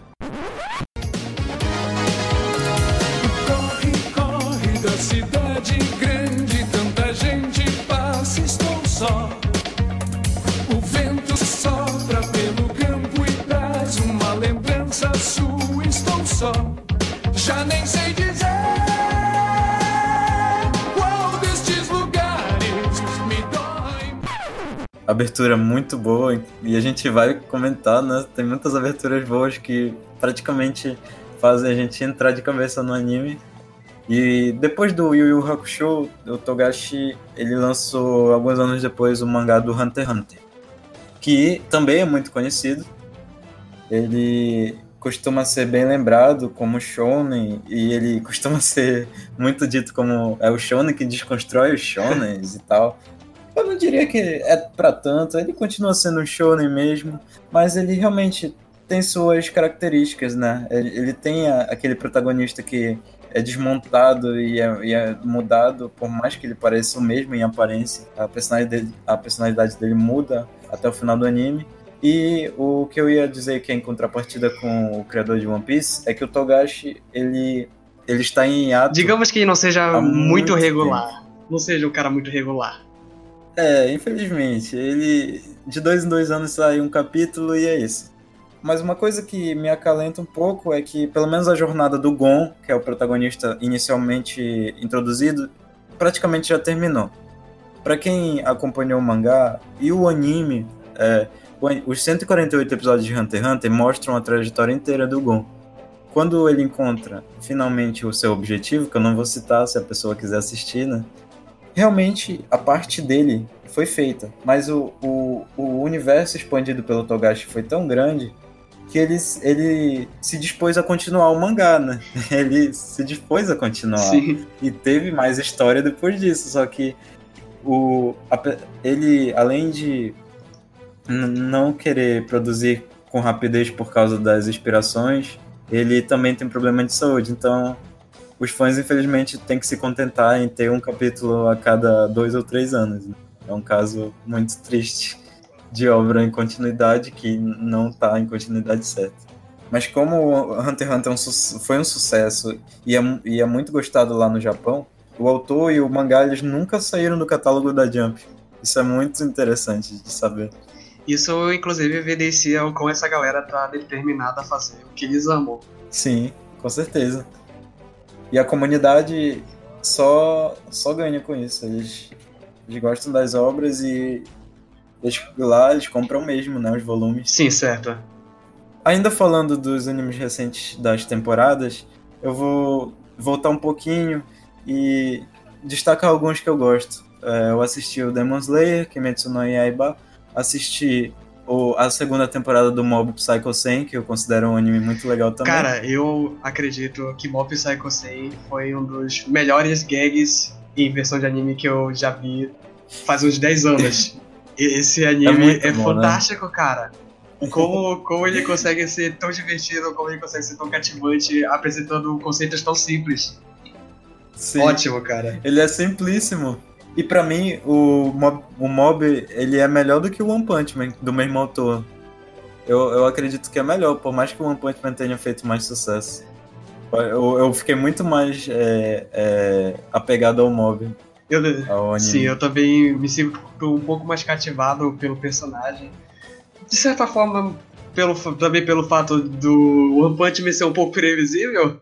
Corre, corre da cidade grande, tanta gente passa, estou só. O vento sopra pelo campo e traz uma lembrança sua, estou só. Já nem sei dizer qual destes lugares me dói. Abertura muito boa, e a gente vai comentar, né? Tem muitas aberturas boas que praticamente fazem a gente entrar de cabeça no anime. E depois do Yu Yu Hakusho, o Togashi, ele lançou alguns anos depois o mangá do Hunter x Hunter, que também é muito conhecido. Ele costuma ser bem lembrado como shonen, e ele costuma ser muito dito como é o shonen que desconstrói os shonens e tal. Eu não diria que é pra tanto, ele continua sendo um shonen mesmo, mas ele realmente tem suas características, né? Ele, ele tem a, aquele protagonista que é desmontado e é, e é mudado, por mais que ele pareça o mesmo em aparência. A personalidade dele, a personalidade dele muda até o final do anime. E o que eu ia dizer que é em contrapartida com o criador de One Piece é que o Togashi, ele, ele está em ato... Digamos que não seja Há muito, muito regular. Não seja um cara muito regular. É, infelizmente. Ele, de dois em dois anos sai um capítulo e é isso. Mas uma coisa que me acalenta um pouco é que, pelo menos a jornada do Gon, que é o protagonista inicialmente introduzido, praticamente já terminou. Para quem acompanhou o mangá e o anime, é, os cento e quarenta e oito episódios de Hunter x Hunter mostram a trajetória inteira do Gon. Quando ele encontra finalmente o seu objetivo, que eu não vou citar se a pessoa quiser assistir, né? Realmente a parte dele foi feita, mas o, o, o universo expandido pelo Togashi foi tão grande que ele, ele se dispôs a continuar o mangá, né? Ele se dispôs a continuar. Sim. E teve mais história depois disso, só que o, a, ele, além de n- não querer produzir com rapidez por causa das inspirações, ele também tem problema de saúde, então os fãs infelizmente têm que se contentar em ter um capítulo a cada dois ou três anos. É um caso muito triste de obra em continuidade que não está em continuidade certa. Mas como o Hunter x Hunter é um su- foi um sucesso e é, e é muito gostado lá no Japão, o autor e o mangá eles nunca saíram do catálogo da Jump. Isso é muito interessante de saber. Isso, inclusive, evidencia o como essa galera tá determinada a fazer o que eles amam. Sim, com certeza. E a comunidade só, só ganha com isso. Eles, eles gostam das obras e eles, lá eles compram mesmo, né, os volumes. Sim, certo. Ainda falando dos animes recentes das temporadas, eu vou voltar um pouquinho e destacar alguns que eu gosto. É, eu assisti o Demon Slayer, Kimetsu no Yaiba, assisti o, a segunda temporada do Mob Psycho cem, que eu considero um anime muito legal também. Cara, eu acredito que Mob Psycho cem foi um dos melhores gags em versão de anime que eu já vi faz uns dez anos. E esse É anime muito é, bom, fantástico, cara. Como, como ele consegue ser tão divertido, como ele consegue ser tão cativante, apresentando conceitos tão simples. Sim. Ótimo, cara. Ele é simplíssimo. E pra mim, o Mob, o Mob ele é melhor do que o One Punch Man, do mesmo autor. Eu, eu acredito que é melhor, por mais que o One Punch Man tenha feito mais sucesso. Eu, eu fiquei muito mais é, é, apegado ao Mob, Eu, ao anime. sim, eu também me sinto um pouco mais cativado pelo personagem. De certa forma, pelo, também pelo fato do One Punch Man ser um pouco previsível,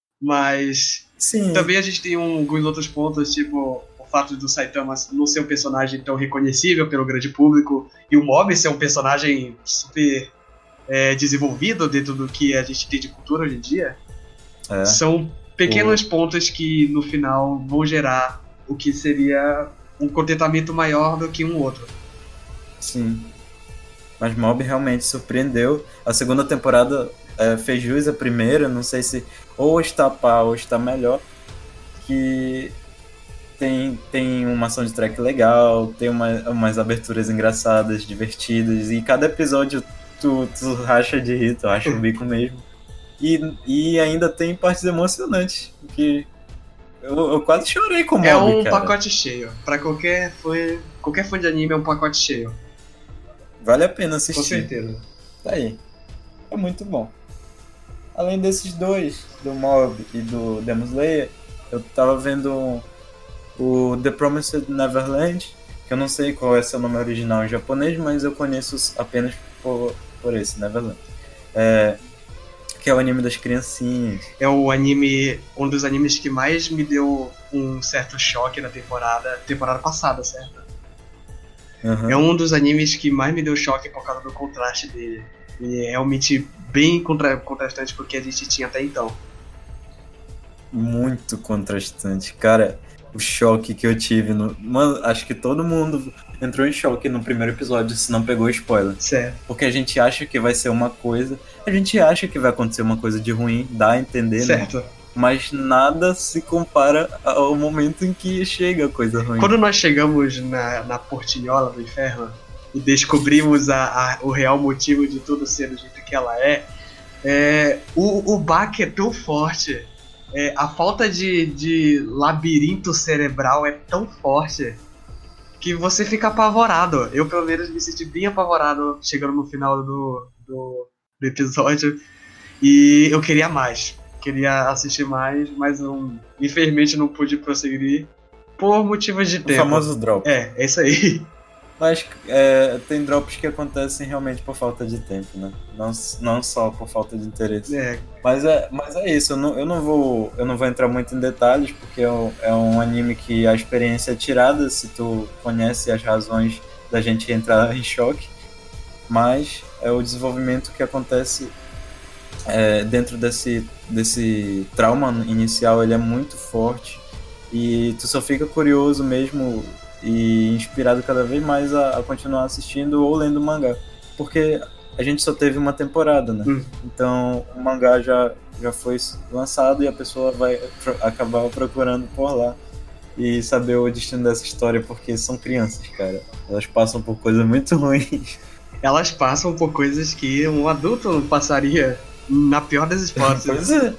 mas Sim. também a gente tem um, alguns outros pontos, tipo o fato do Saitama não ser um personagem tão reconhecível pelo grande público e o Mob ser um personagem super é, desenvolvido dentro do que a gente tem de cultura hoje em dia. É. São pequenos pontos que no final vão gerar o que seria um contentamento maior do que um outro. Sim. Mas Mob realmente surpreendeu. A segunda temporada é, fez jus à primeira, não sei se ou está a par ou está melhor. Que tem, tem uma soundtrack legal, tem uma, umas aberturas engraçadas, divertidas, e cada episódio tu, tu racha de rir, tu racha o bico mesmo. E, e ainda tem partes emocionantes, que eu, eu quase chorei com o Mob, É um cara. pacote cheio. Pra qualquer fã, qualquer fã de anime é um pacote cheio. Vale a pena assistir. Com certeza. Tá aí. É muito bom. Além desses dois, do Mob e do Demon Slayer, eu tava vendo o The Promised Neverland, que eu não sei qual é seu nome original em japonês, mas eu conheço apenas por, por esse, Neverland. É, que é o anime das criancinhas. É o anime, um dos animes que mais me deu um certo choque na temporada, temporada passada, certo? Uhum. É um dos animes que mais me deu choque por causa do contraste dele. E é realmente bem contra- contrastante com o que a gente tinha até então. Muito contrastante. Cara, o choque que eu tive no... Mano, acho que todo mundo entrou em choque no primeiro episódio, se não pegou spoiler. Certo. Porque a gente acha que vai ser uma coisa, a gente acha que vai acontecer uma coisa de ruim, dá a entender, né? Certo. Mas nada se compara ao momento em que chega a coisa ruim. Quando nós chegamos na, na portinhola do inferno e descobrimos a, a- o real motivo de tudo ser do jeito que ela é, é o, o baque é tão forte, é, a falta de, de labirinto cerebral é tão forte que você fica apavorado. Eu, pelo menos, me senti bem apavorado chegando no final do, do, do episódio e eu queria mais. Queria assistir mais, mas não, infelizmente não pude prosseguir por motivos de O tempo. famoso drop. É, é isso aí. Mas é, tem drops que acontecem realmente por falta de tempo, né? Não, não só por falta de interesse. É, Mas é, mas é isso, eu não, eu, não vou, eu não vou entrar muito em detalhes, porque é um, é um anime que a experiência é tirada se tu conhece as razões da gente entrar em choque. Mas é o desenvolvimento que acontece é, dentro desse, desse trauma inicial, ele é muito forte. E tu só fica curioso mesmo e inspirado cada vez mais a, a continuar assistindo ou lendo o mangá. Porque a gente só teve uma temporada, né? Hum. Então o mangá já, já foi lançado e a pessoa vai pro, acabar procurando por lá e saber o destino dessa história, porque são crianças, cara. Elas passam por coisas muito ruins. elas passam por coisas que um adulto não passaria na pior das hipóteses. Pois é.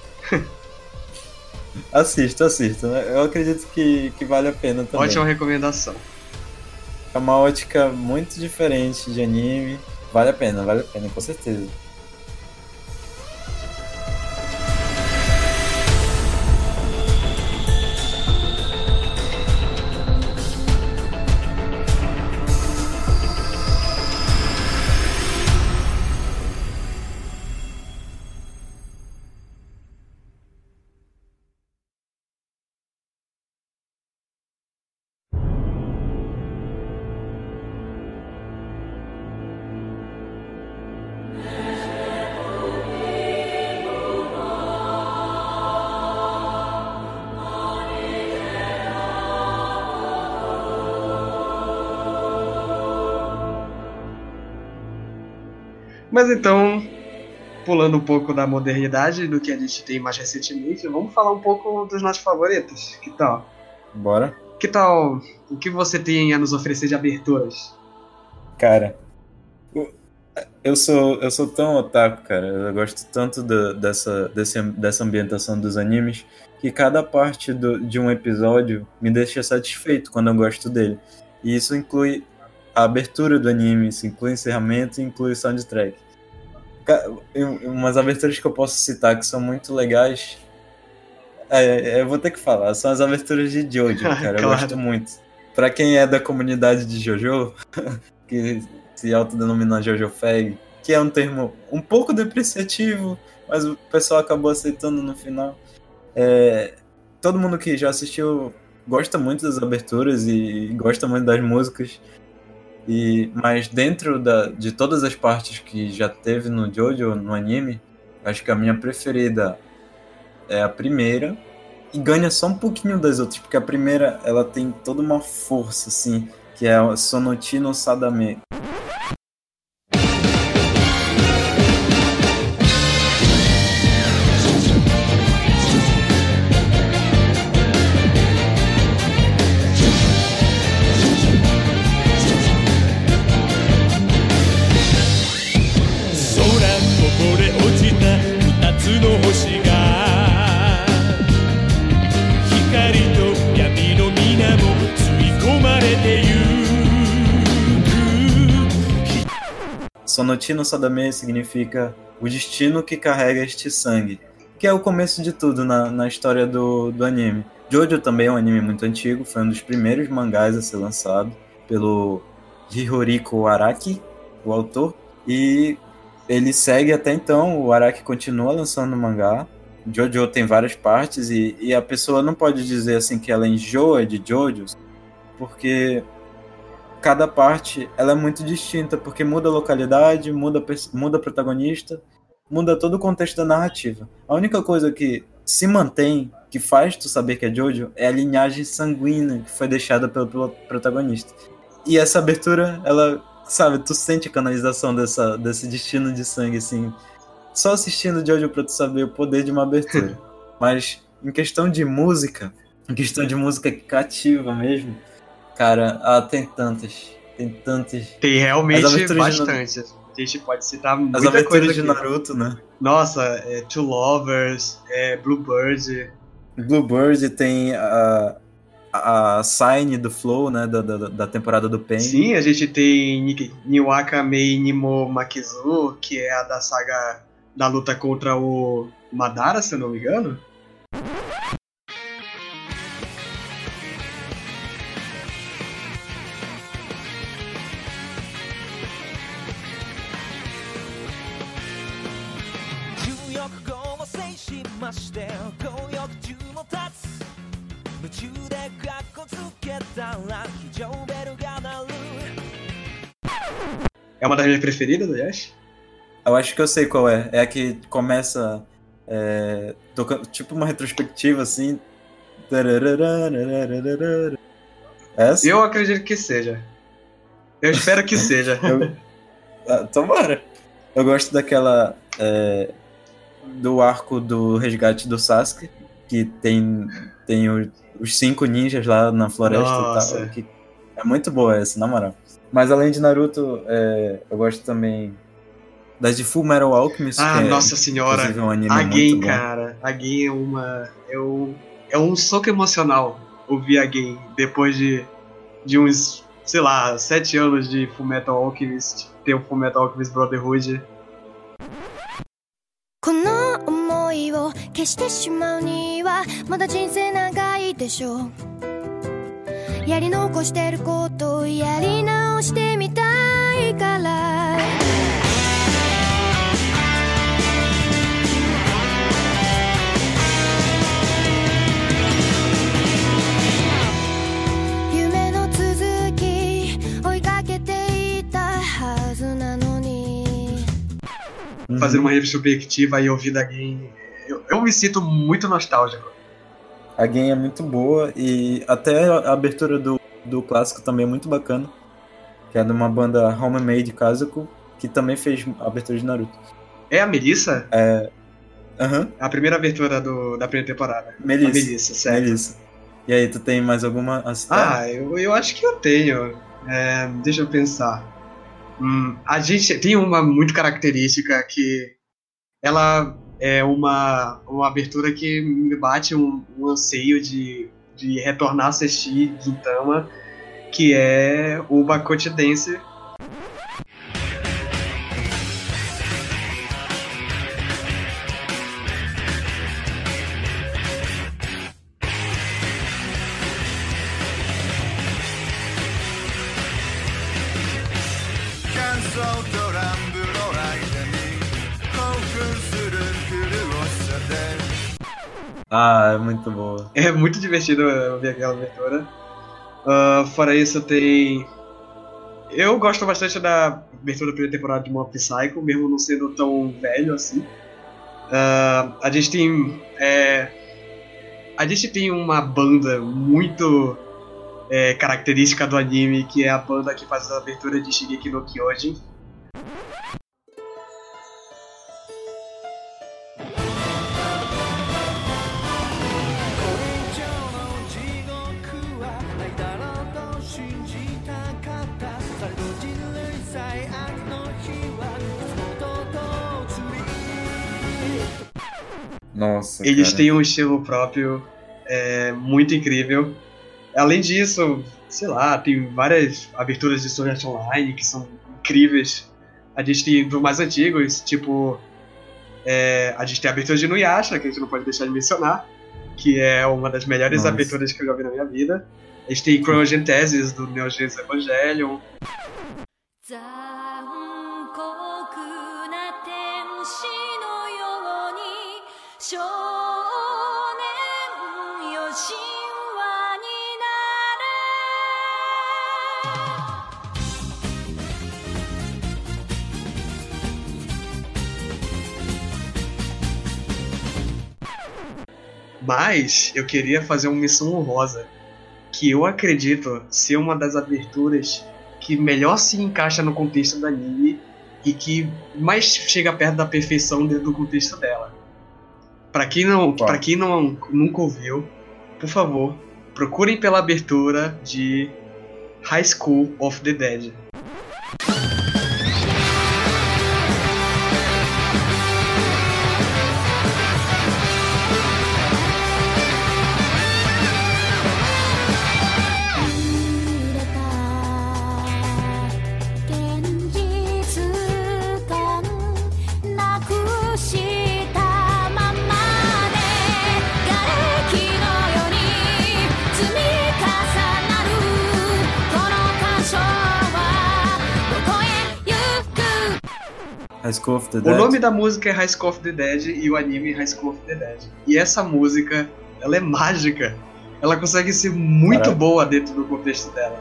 Assista, assista. Eu acredito que, que vale a pena também. Ótima recomendação. É uma ótica muito diferente de anime. Vale a pena, vale a pena, com certeza. Mas então, pulando um pouco da modernidade, do que a gente tem mais recentemente, vamos falar um pouco dos nossos favoritos. Que tal? Bora? Que tal? O que você tem a nos oferecer de aberturas? Cara, eu- eu sou, eu sou tão otaku, cara. Eu gosto tanto da- dessa, desse, dessa ambientação dos animes que cada parte do- de um episódio me deixa satisfeito quando eu gosto dele. E isso inclui a abertura do anime, isso inclui encerramento e inclui soundtrack. Ca- eu- Umas aberturas que eu posso citar que são muito legais. É, eu vou ter que falar, são as aberturas de Jojo, cara. Eu Claro. gosto muito. Pra quem é da comunidade de Jojo, que se autodenomina Jojo Fag, que é um termo um pouco depreciativo, mas o pessoal acabou aceitando no final. É, todo mundo que já assistiu gosta muito das aberturas e gosta muito das músicas. E, mas dentro da, de todas as partes que já teve no Jojo, no anime, acho que a minha preferida é a primeira. E ganha só um pouquinho das outras, porque a primeira ela tem toda uma força, assim, que é a Sonochi no Sadame. 空こぼれ落ちた二つの星が光と闇の皆も吸い込まれてゆく Sonochi no Sadame significa o destino que carrega este sangue, que é o começo de tudo na, na história do, do anime. Jojo também é um anime muito antigo, foi um dos primeiros mangás a ser lançado pelo Hihoriko Araki, o autor, e ele segue até então, o Araki continua lançando mangá. Jojo tem várias partes e, e a pessoa não pode dizer assim que ela enjoa de Jojo, porque cada parte ela é muito distinta, porque muda a localidade, muda, a pers- muda a protagonista, muda todo o contexto da narrativa. A única coisa que se mantém, que faz tu saber que é Jojo, é a linhagem sanguínea que foi deixada pelo, pelo protagonista. E essa abertura, ela, sabe, tu sente a canalização dessa, desse destino de sangue, assim, só assistindo Jojo pra tu saber o poder de uma abertura. Mas em questão de música, em questão de música que cativa mesmo, cara, ah, tem tantas, tem tantas. Tem As realmente aberturas de bastante. A gente pode citar As muita coisa aberturas de aqui. Naruto, né? Nossa, é Two Lovers, é Bluebird. Bluebird tem a, a Sign do Flow, né? Da, da, da temporada do Pain. Sim, a gente tem Ni- Niwaka Mei Nimo Makizu, que é a da saga da luta contra o Madara, se eu não me engano. É uma das minhas preferidas, aliás. Eu acho que eu sei qual é. É a que começa é, tocando, tipo uma retrospectiva assim. Essa? Eu acredito que seja. Eu espero que seja. Eu, ah, tomara. Eu gosto daquela é, do arco do resgate do Sasuke, que tem, tem o- os cinco ninjas lá na floresta Nossa. e tal. Que é muito boa essa, na moral. Mas além de Naruto, é, eu gosto também das de Full Metal Alchemist. Ah, que é, nossa senhora. inclusive, é um anime A muito Gen, bom. cara. A Gen é uma. É um, é um soco emocional ouvir a Gen depois de, de uns, sei lá, sete anos de Fullmetal Alchemist. Ter o Fullmetal Alchemist Brotherhood. この想いを消してしまうにはまだ人生長いでしょうやり残してることをやり直してみたいから夢の続き追いかけていたはずなのに Uhum. Fazer uma retrospectiva e ouvir da Gen. Eu, eu me sinto muito nostálgico. A game é muito boa e até a abertura do, do clássico também é muito bacana. Que é de uma banda Homemade Kazuko, que também fez a abertura de Naruto. É a Melissa? É. Aham. Uhum. A primeira abertura do, da primeira temporada. Melissa. A Melissa, certo. Melissa. E aí, tu tem mais alguma a citar? Ah, eu, eu acho que eu tenho. É, deixa eu pensar. Hum, a gente tem uma muito característica que ela é uma, uma abertura que me bate um, um anseio de, de retornar a assistir Gintama, que é o Bakuchi Dance. Ah, é muito boa. É muito divertido ouvir aquela abertura. Uh, fora isso, tem... Eu gosto bastante da abertura da primeira temporada de Mob Psycho, mesmo não sendo tão velho assim. Uh, a gente tem... É... A gente tem uma banda muito é, característica do anime, que é a banda que faz a abertura de Shingeki no Kyojin. Nossa, Eles cara. têm um estilo próprio é, muito incrível. Além disso, sei lá, tem várias aberturas de Sword Art Online que são incríveis. A gente tem dos mais antigos, tipo... É, a gente tem a abertura de Inuyasha, que a gente não pode deixar de mencionar, que é uma das melhores Nossa. aberturas que eu já vi na minha vida. A gente tem Chronogenesis, do Neo Genesis Evangelion. 残酷な天使のように少年よ神話になれ Mas eu queria fazer uma missão honrosa, que eu acredito ser uma das aberturas que melhor se encaixa no contexto do anime e que mais chega perto da perfeição dentro do contexto dela. Pra quem não, Qual? pra quem não nunca ouviu, por favor, procurem pela abertura de High School of the Dead. High School of the O Dead. nome da música é High School of the Dead e o anime High School of the Dead. E essa música, ela é mágica. Ela consegue ser muito Caraca. boa dentro do contexto dela.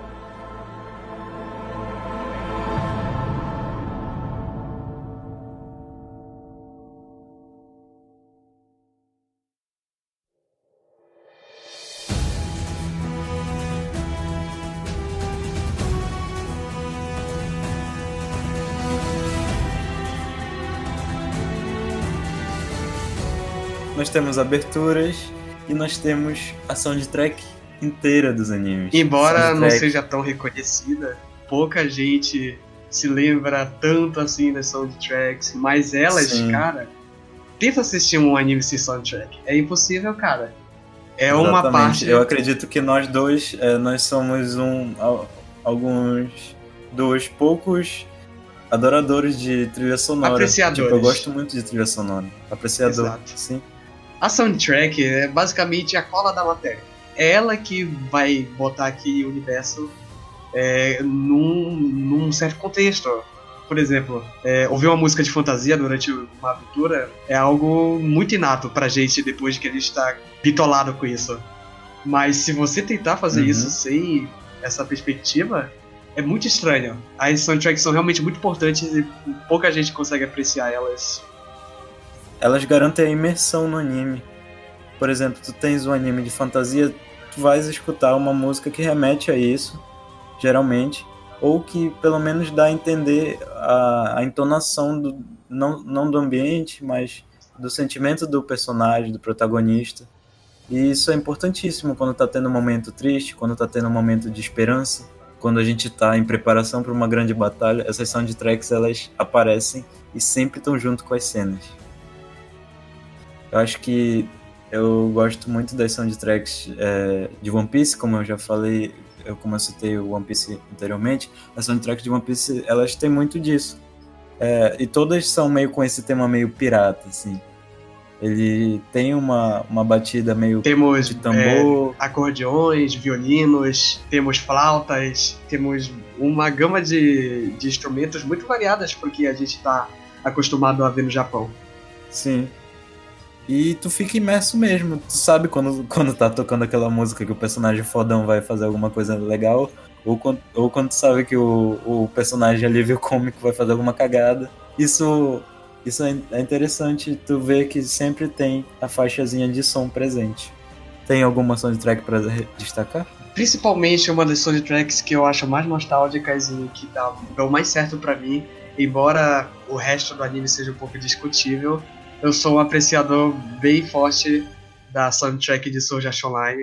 Nós temos aberturas e nós temos a soundtrack inteira dos animes. Embora não Soundtrack. seja tão reconhecida, pouca gente se lembra tanto assim das soundtracks, mas elas, Sim. cara, tenta assistir um anime sem soundtrack. É impossível, cara. É uma Exatamente. parte... Eu acredito que nós dois, é, nós somos um, al- alguns dos poucos adoradores de trilha sonora. Apreciadores. Tipo, eu gosto muito de trilha sonora. Apreciador, Exato. sim. A soundtrack é basicamente a cola da matéria. É ela que vai botar aquele universo é, num, num certo contexto. Por exemplo, é, ouvir uma música de fantasia durante uma aventura é algo muito inato pra gente depois que a gente tá bitolado com isso. Mas se você tentar fazer Uhum. isso sem essa perspectiva, é muito estranho. As soundtracks são realmente muito importantes e pouca gente consegue apreciar elas. Elas garantem a imersão no anime. Por exemplo, tu tens um anime de fantasia, tu vais escutar uma música que remete a isso, geralmente, ou que pelo menos dá a entender a, a entonação, do, não, não do ambiente, mas do sentimento do personagem, do protagonista. E isso é importantíssimo quando tá tendo um momento triste, quando tá tendo um momento de esperança, quando a gente tá em preparação para uma grande batalha. Essas soundtracks, elas aparecem e sempre estão junto com as cenas. Eu acho que eu gosto muito das soundtracks é, de One Piece, como eu já falei, eu, como eu citei o One Piece anteriormente, as soundtracks de One Piece, elas têm muito disso. É, e todas são meio com esse tema meio pirata, assim. Ele tem uma, uma batida meio temos, de tambor. É, acordeões, violinos, temos flautas, temos uma gama de, de instrumentos muito variadas porque a gente está acostumado a ver no Japão. Sim. E tu fica imerso mesmo. Tu sabe quando, quando tá tocando aquela música que o personagem fodão vai fazer alguma coisa legal, ou quando, ou quando tu sabe que o, o personagem alívio cômico vai fazer alguma cagada. Isso... Isso é interessante, tu vê que sempre tem a faixazinha de som presente. Tem alguma soundtrack pra destacar? Principalmente uma das soundtracks que eu acho mais nostálgicas e que dá, dão mais certo pra mim, embora o resto do anime seja um pouco discutível, eu sou um apreciador bem forte da soundtrack de Sword Art Online,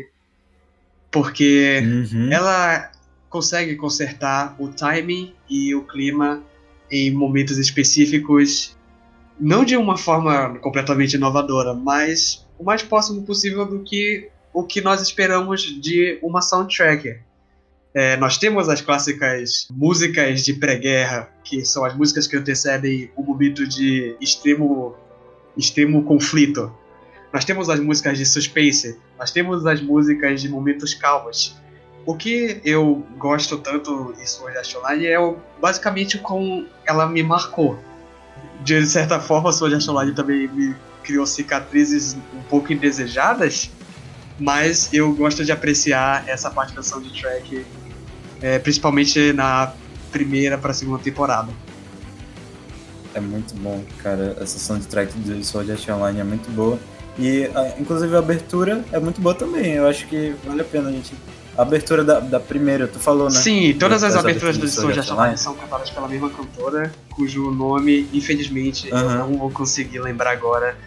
porque uhum. ela consegue consertar o timing e o clima em momentos específicos. Não de uma forma completamente inovadora, mas o mais próximo possível do que o que nós esperamos de uma soundtrack. É, nós temos as clássicas músicas de pré-guerra, que são as músicas que antecedem o momento de extremo, extremo conflito. Nós temos as músicas de suspense, nós temos as músicas de momentos calmos. O que eu gosto tanto em Sword Art Online é basicamente como ela me marcou. De certa forma, Sword Art Online também me criou cicatrizes um pouco indesejadas, mas eu gosto de apreciar essa parte da soundtrack, é, principalmente na primeira para a segunda temporada. É muito bom, cara. Essa soundtrack de Sword Art Online é muito boa. E, a, inclusive, a abertura é muito boa também. Eu acho que vale a pena a gente... A abertura da, da primeira, tu falou, né? Sim, todas as aberturas do Sword Art Online são cantadas pela mesma cantora, cujo nome, infelizmente, uhum. eu não vou conseguir lembrar agora.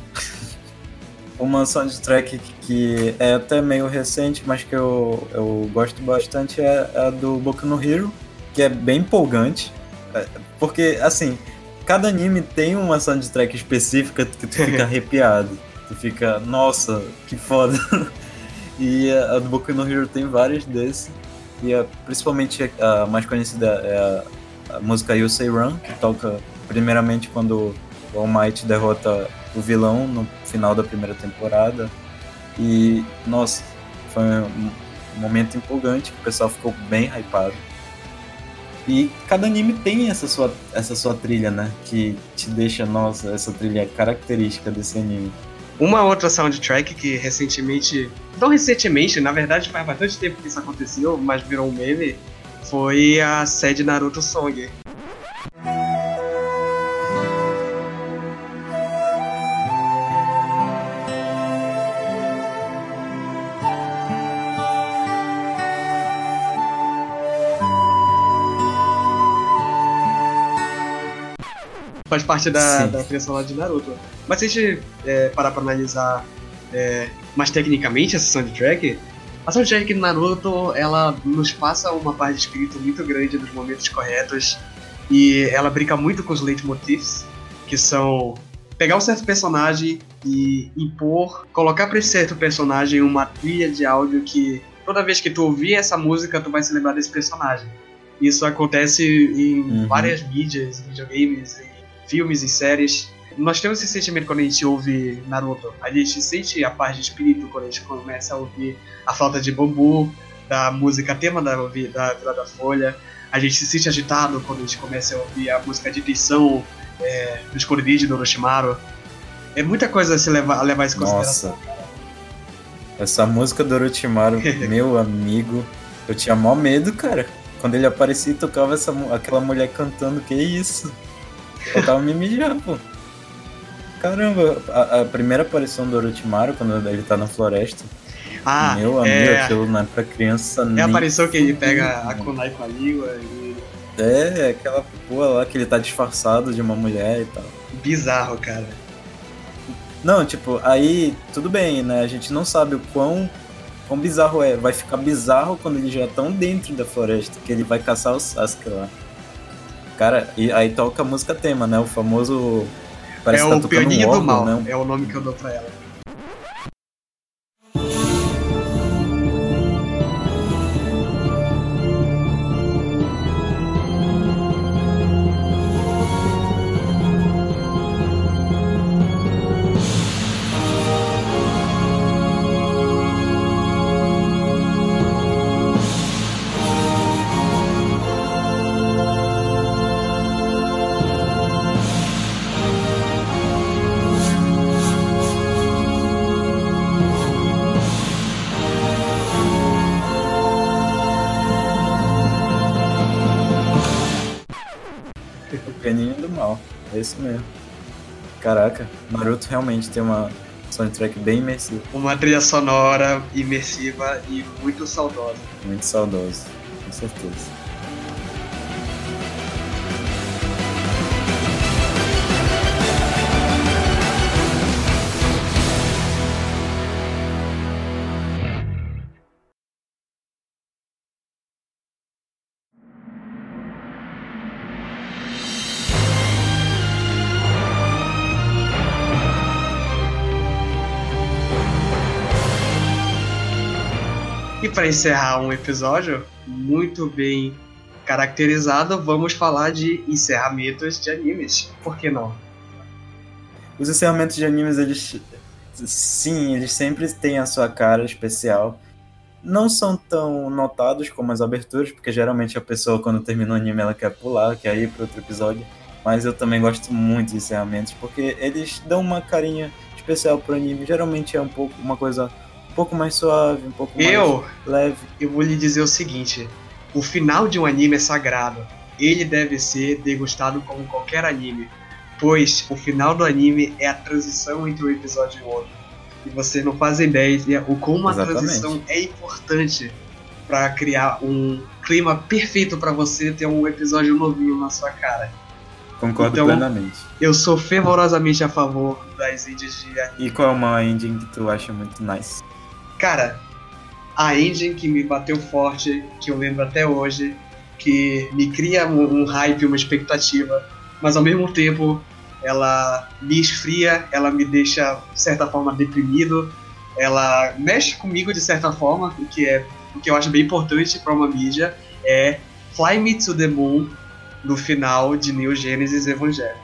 Uma soundtrack que é até meio recente, mas que eu, eu gosto bastante é a do Boku no Hero, que é bem empolgante. Porque, assim, cada anime tem uma soundtrack específica que tu fica arrepiado. Tu fica, nossa, que foda. E a do Boku no Hero tem várias desses. E a, principalmente a mais conhecida é a, a música You Say Run, que toca primeiramente quando o All Might derrota o vilão no final da primeira temporada. E, nossa, foi um momento empolgante, o pessoal ficou bem hypado. E cada anime tem essa sua, essa sua trilha, né? Que te deixa, nossa, essa trilha é característica desse anime. Uma outra soundtrack que recentemente, não recentemente, na verdade faz bastante tempo que isso aconteceu, mas virou um meme, foi a série Naruto Song. Faz parte da, da trilha sonora de Naruto. Mas se a gente é, parar pra analisar é, mais tecnicamente essa soundtrack, a soundtrack de Naruto, ela nos passa uma paz de espírito muito grande nos momentos corretos, e ela brinca muito com os leitmotifs, que são pegar um certo personagem e impor, colocar pra esse certo personagem uma trilha de áudio que toda vez que tu ouvir essa música, tu vai se lembrar desse personagem. Isso acontece em uhum. várias mídias, videogames, em filmes e séries. Nós temos esse sentimento quando a gente ouve Naruto. A gente sente a paz de espírito quando a gente começa a ouvir a flauta de bambu, da música tema da, da Vila da Folha. A gente se sente agitado quando a gente começa a ouvir a música de tensão é, do esconderijo do Orochimaru. É muita coisa a se levar, a levar isso em consideração. Nossa, essa música do Orochimaru, meu amigo, eu tinha mó medo, cara. Quando ele aparecia e tocava essa, aquela mulher cantando, que isso? Eu tava me mijando, pô. Caramba, a, a primeira aparição do Orochimaru, quando ele tá na floresta. Ah, meu amigo, é... aquilo não é pra criança é nem... a aparição que ele pega a kunai com a língua e É, aquela porra lá que ele tá disfarçado de uma mulher e tal. Bizarro, cara. Não, tipo, aí tudo bem, né? A gente não sabe o quão, quão bizarro é. Vai ficar bizarro quando eles já estão dentro da floresta, que ele vai caçar o Sasuke lá. Cara, e aí toca a música tema, né? O famoso... Parece é que tá o tocando um Pianinho do órgão, Mal, né? é o nome que eu dou pra ela. O Pianinho do Mal, é isso mesmo. Caraca, Naruto realmente tem uma soundtrack bem imersiva. Uma trilha sonora imersiva e muito saudosa. Muito saudoso, com certeza. E para encerrar um episódio muito bem caracterizado, vamos falar de encerramentos de animes. Por que não? Os encerramentos de animes, eles... Sim, eles sempre têm a sua cara especial. Não são tão notados como as aberturas, porque geralmente a pessoa, quando termina o anime, ela quer pular, quer ir para outro episódio. Mas eu também gosto muito de encerramentos, porque eles dão uma carinha especial pro anime. Geralmente é um pouco uma coisa um pouco mais suave, um pouco mais Eu, leve. eu vou lhe dizer o seguinte: o final de um anime é sagrado. Ele deve ser degustado como qualquer anime, pois o final do anime é a transição entre um episódio e outro. E vocês não fazem ideia o como a Exatamente. transição é importante para criar um clima perfeito para você ter um episódio novinho na sua cara. Concordo Então, plenamente. Eu sou fervorosamente a favor das endings de anime. E qual é uma ending que tu acha muito nice? Cara, a ending que me bateu forte, que eu lembro até hoje, que me cria um, um hype, uma expectativa, mas ao mesmo tempo ela me esfria, ela me deixa, de certa forma, deprimido, ela mexe comigo de certa forma, o que, é, o que eu acho bem importante para uma mídia, é Fly Me to the Moon, no final de Neon Genesis Evangelion.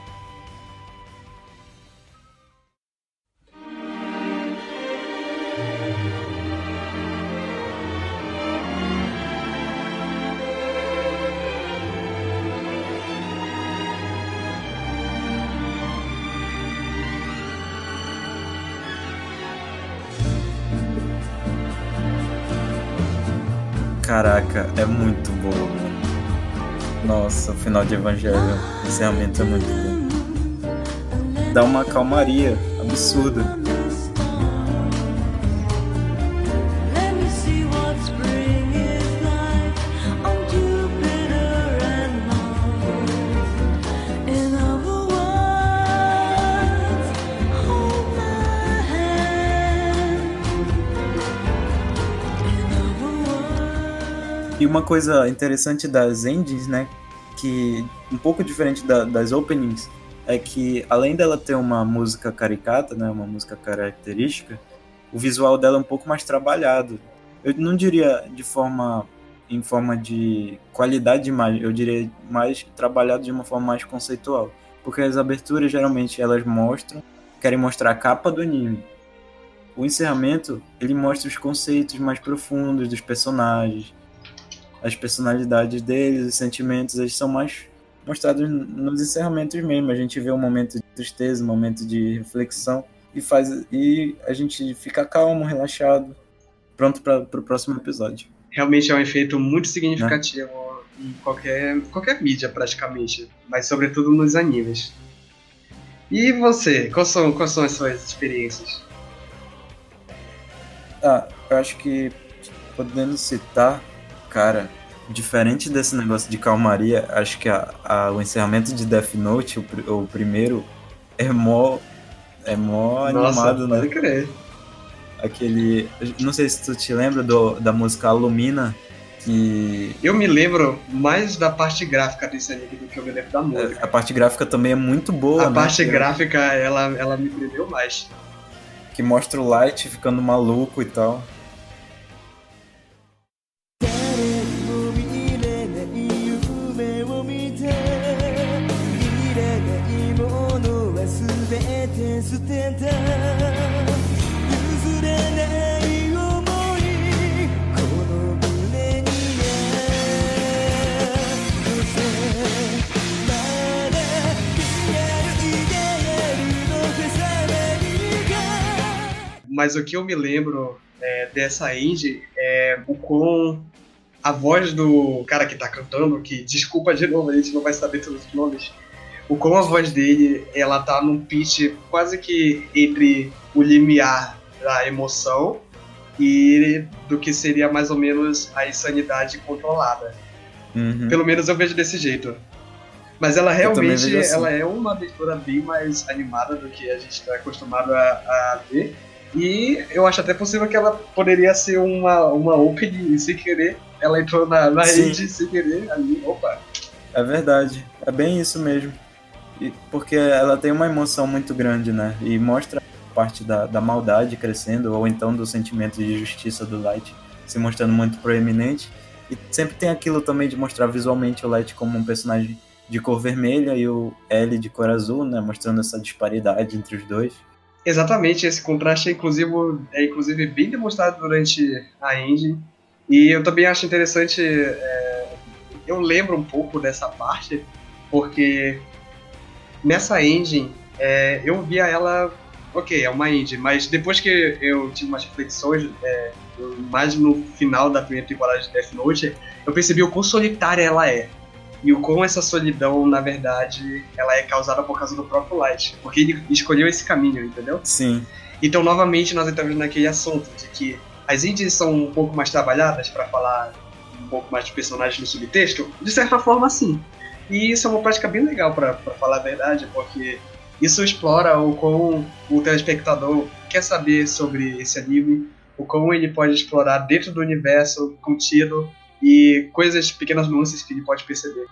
Caraca, é muito boa, mano. Nossa, o final de Evangelho, o encerramento é muito bom. Dá uma calmaria absurda. E uma coisa interessante das endings, né, que um pouco diferente da, das openings, é que além dela ter uma música caricata, né, uma música característica, o visual dela é um pouco mais trabalhado. Eu não diria de forma, em forma de qualidade de imagem, eu diria mais trabalhado de uma forma mais conceitual. Porque as aberturas, geralmente, elas mostram, querem mostrar a capa do anime. O encerramento, ele mostra os conceitos mais profundos dos personagens, as personalidades deles, os sentimentos, eles são mais mostrados nos encerramentos mesmo. A gente vê um momento de tristeza, um momento de reflexão e, faz, e a gente fica calmo, relaxado, pronto para o próximo episódio. Realmente é um efeito muito significativo, né? Em qualquer, qualquer mídia praticamente, mas sobretudo nos animes. E você, quais são, quais são as suas experiências? Ah, eu acho que podendo citar, cara, diferente desse negócio de calmaria, acho que a, a, o encerramento de Death Note, o, o primeiro, é mó, é mó Nossa, animado, né? pode crer. Aquele... Não sei se tu te lembra do, da música Alumina, que... Eu me lembro mais da parte gráfica desse anime do que eu me lembro da música. A parte gráfica também é muito boa, A né? parte Que- gráfica, ela, ela me prendeu mais. Que mostra o Light ficando maluco e tal. も見れない夢を見ていらないものは全て捨てた譲れない想いこの胸にあってまだリアルイデアルのフェサメリが Mas o que eu me lembro é, dessa indie é o quão a voz do cara que tá cantando, que desculpa de novo, a gente não vai saber todos os nomes, o quão a voz dele, ela tá num pitch quase que entre o limiar da emoção e do que seria mais ou menos a insanidade controlada. Uhum. Pelo menos eu vejo desse jeito. Mas ela Eu também realmente vejo assim. ela é uma abertura bem mais animada do que a gente está acostumado a, a ver. E eu acho até possível que ela poderia ser uma, uma opening e sem querer. Ela entrou na, na Sim. indie sem querer ali. Opa! É verdade, é bem isso mesmo. E porque ela tem uma emoção muito grande, né? E mostra parte da, da maldade crescendo, ou então do sentimento de justiça do Light se mostrando muito proeminente. E sempre tem aquilo também de mostrar visualmente o Light como um personagem de cor vermelha e o L de cor azul, né? Mostrando essa disparidade entre os dois. Exatamente, esse contraste é inclusive, é inclusive bem demonstrado durante a indie. E eu também acho interessante, é, eu lembro um pouco dessa parte, porque nessa engine, é, eu via ela, ok, é uma indie, mas depois que eu tive umas reflexões, é, mais no final da primeira temporada de Death Note, eu percebi o quão solitária ela é. E o quão essa solidão, na verdade, ela é causada por causa do próprio Light. Porque ele escolheu esse caminho, entendeu? Sim. Então, novamente, nós entramos naquele assunto de que as indies são um pouco mais trabalhadas para falar um pouco mais de personagens no subtexto. De certa forma, sim. E isso é uma prática bem legal, para falar a verdade, porque isso explora o quão o telespectador quer saber sobre esse anime, o quão ele pode explorar dentro do universo contido e coisas, pequenas nuances que ele pode perceber.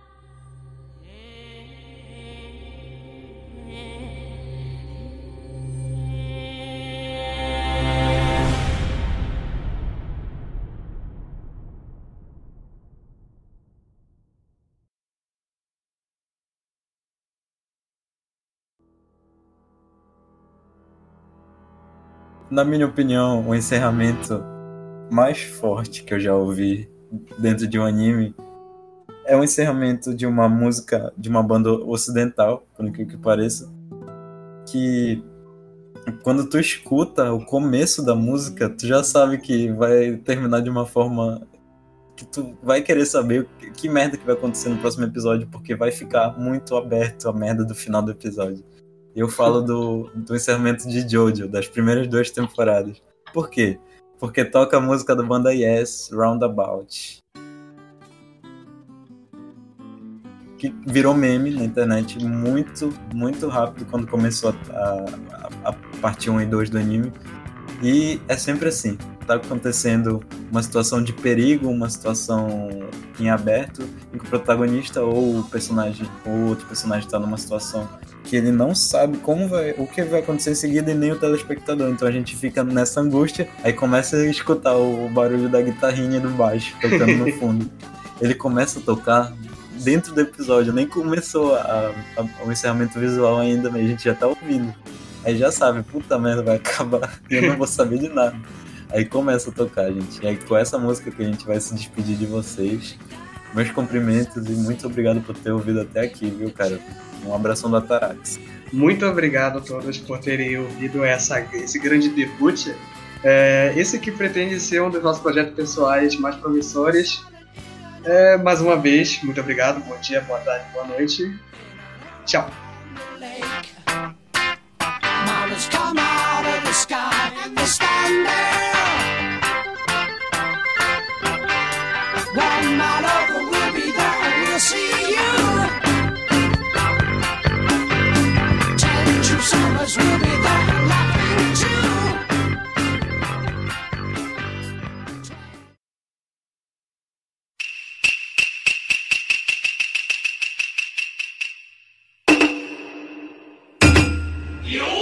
Na minha opinião, o encerramento mais forte que eu já ouvi dentro de um anime é o encerramento de uma música de uma banda ocidental, por incrível que pareça, que quando tu escuta o começo da música, tu já sabe que vai terminar de uma forma que tu vai querer saber que, que merda que vai acontecer no próximo episódio, porque vai ficar muito aberto a merda do final do episódio. Eu falo do, do encerramento de Jojo, das primeiras duas temporadas. Por quê? Porque toca a música da banda Yes, Roundabout, que virou meme na internet muito, muito rápido quando começou a, a, a parte um e dois do anime. E é sempre assim, tá acontecendo uma situação de perigo, uma situação em aberto, em que o protagonista ou o personagem, ou outro personagem tá numa situação que ele não sabe como vai, o que vai acontecer em seguida e nem o telespectador. Então a gente fica nessa angústia, aí começa a escutar o barulho da guitarrinha do baixo tocando no fundo. Ele começa a tocar dentro do episódio, nem começou a, a, o encerramento visual ainda, mas a gente já tá ouvindo. Aí já sabe, puta merda, vai acabar e eu não vou saber de nada. Aí começa a tocar, gente. E aí com essa música que a gente vai se despedir de vocês. Meus cumprimentos e muito obrigado por ter ouvido até aqui, viu, cara? Um abração do Atarax. Muito obrigado a todos por terem ouvido essa, esse grande debut. É, esse que pretende ser um dos nossos projetos pessoais mais promissores. É, mais uma vez, muito obrigado. Bom dia, boa tarde, boa noite. Tchau. Mountains come out of the sky and they stand there. One mile よ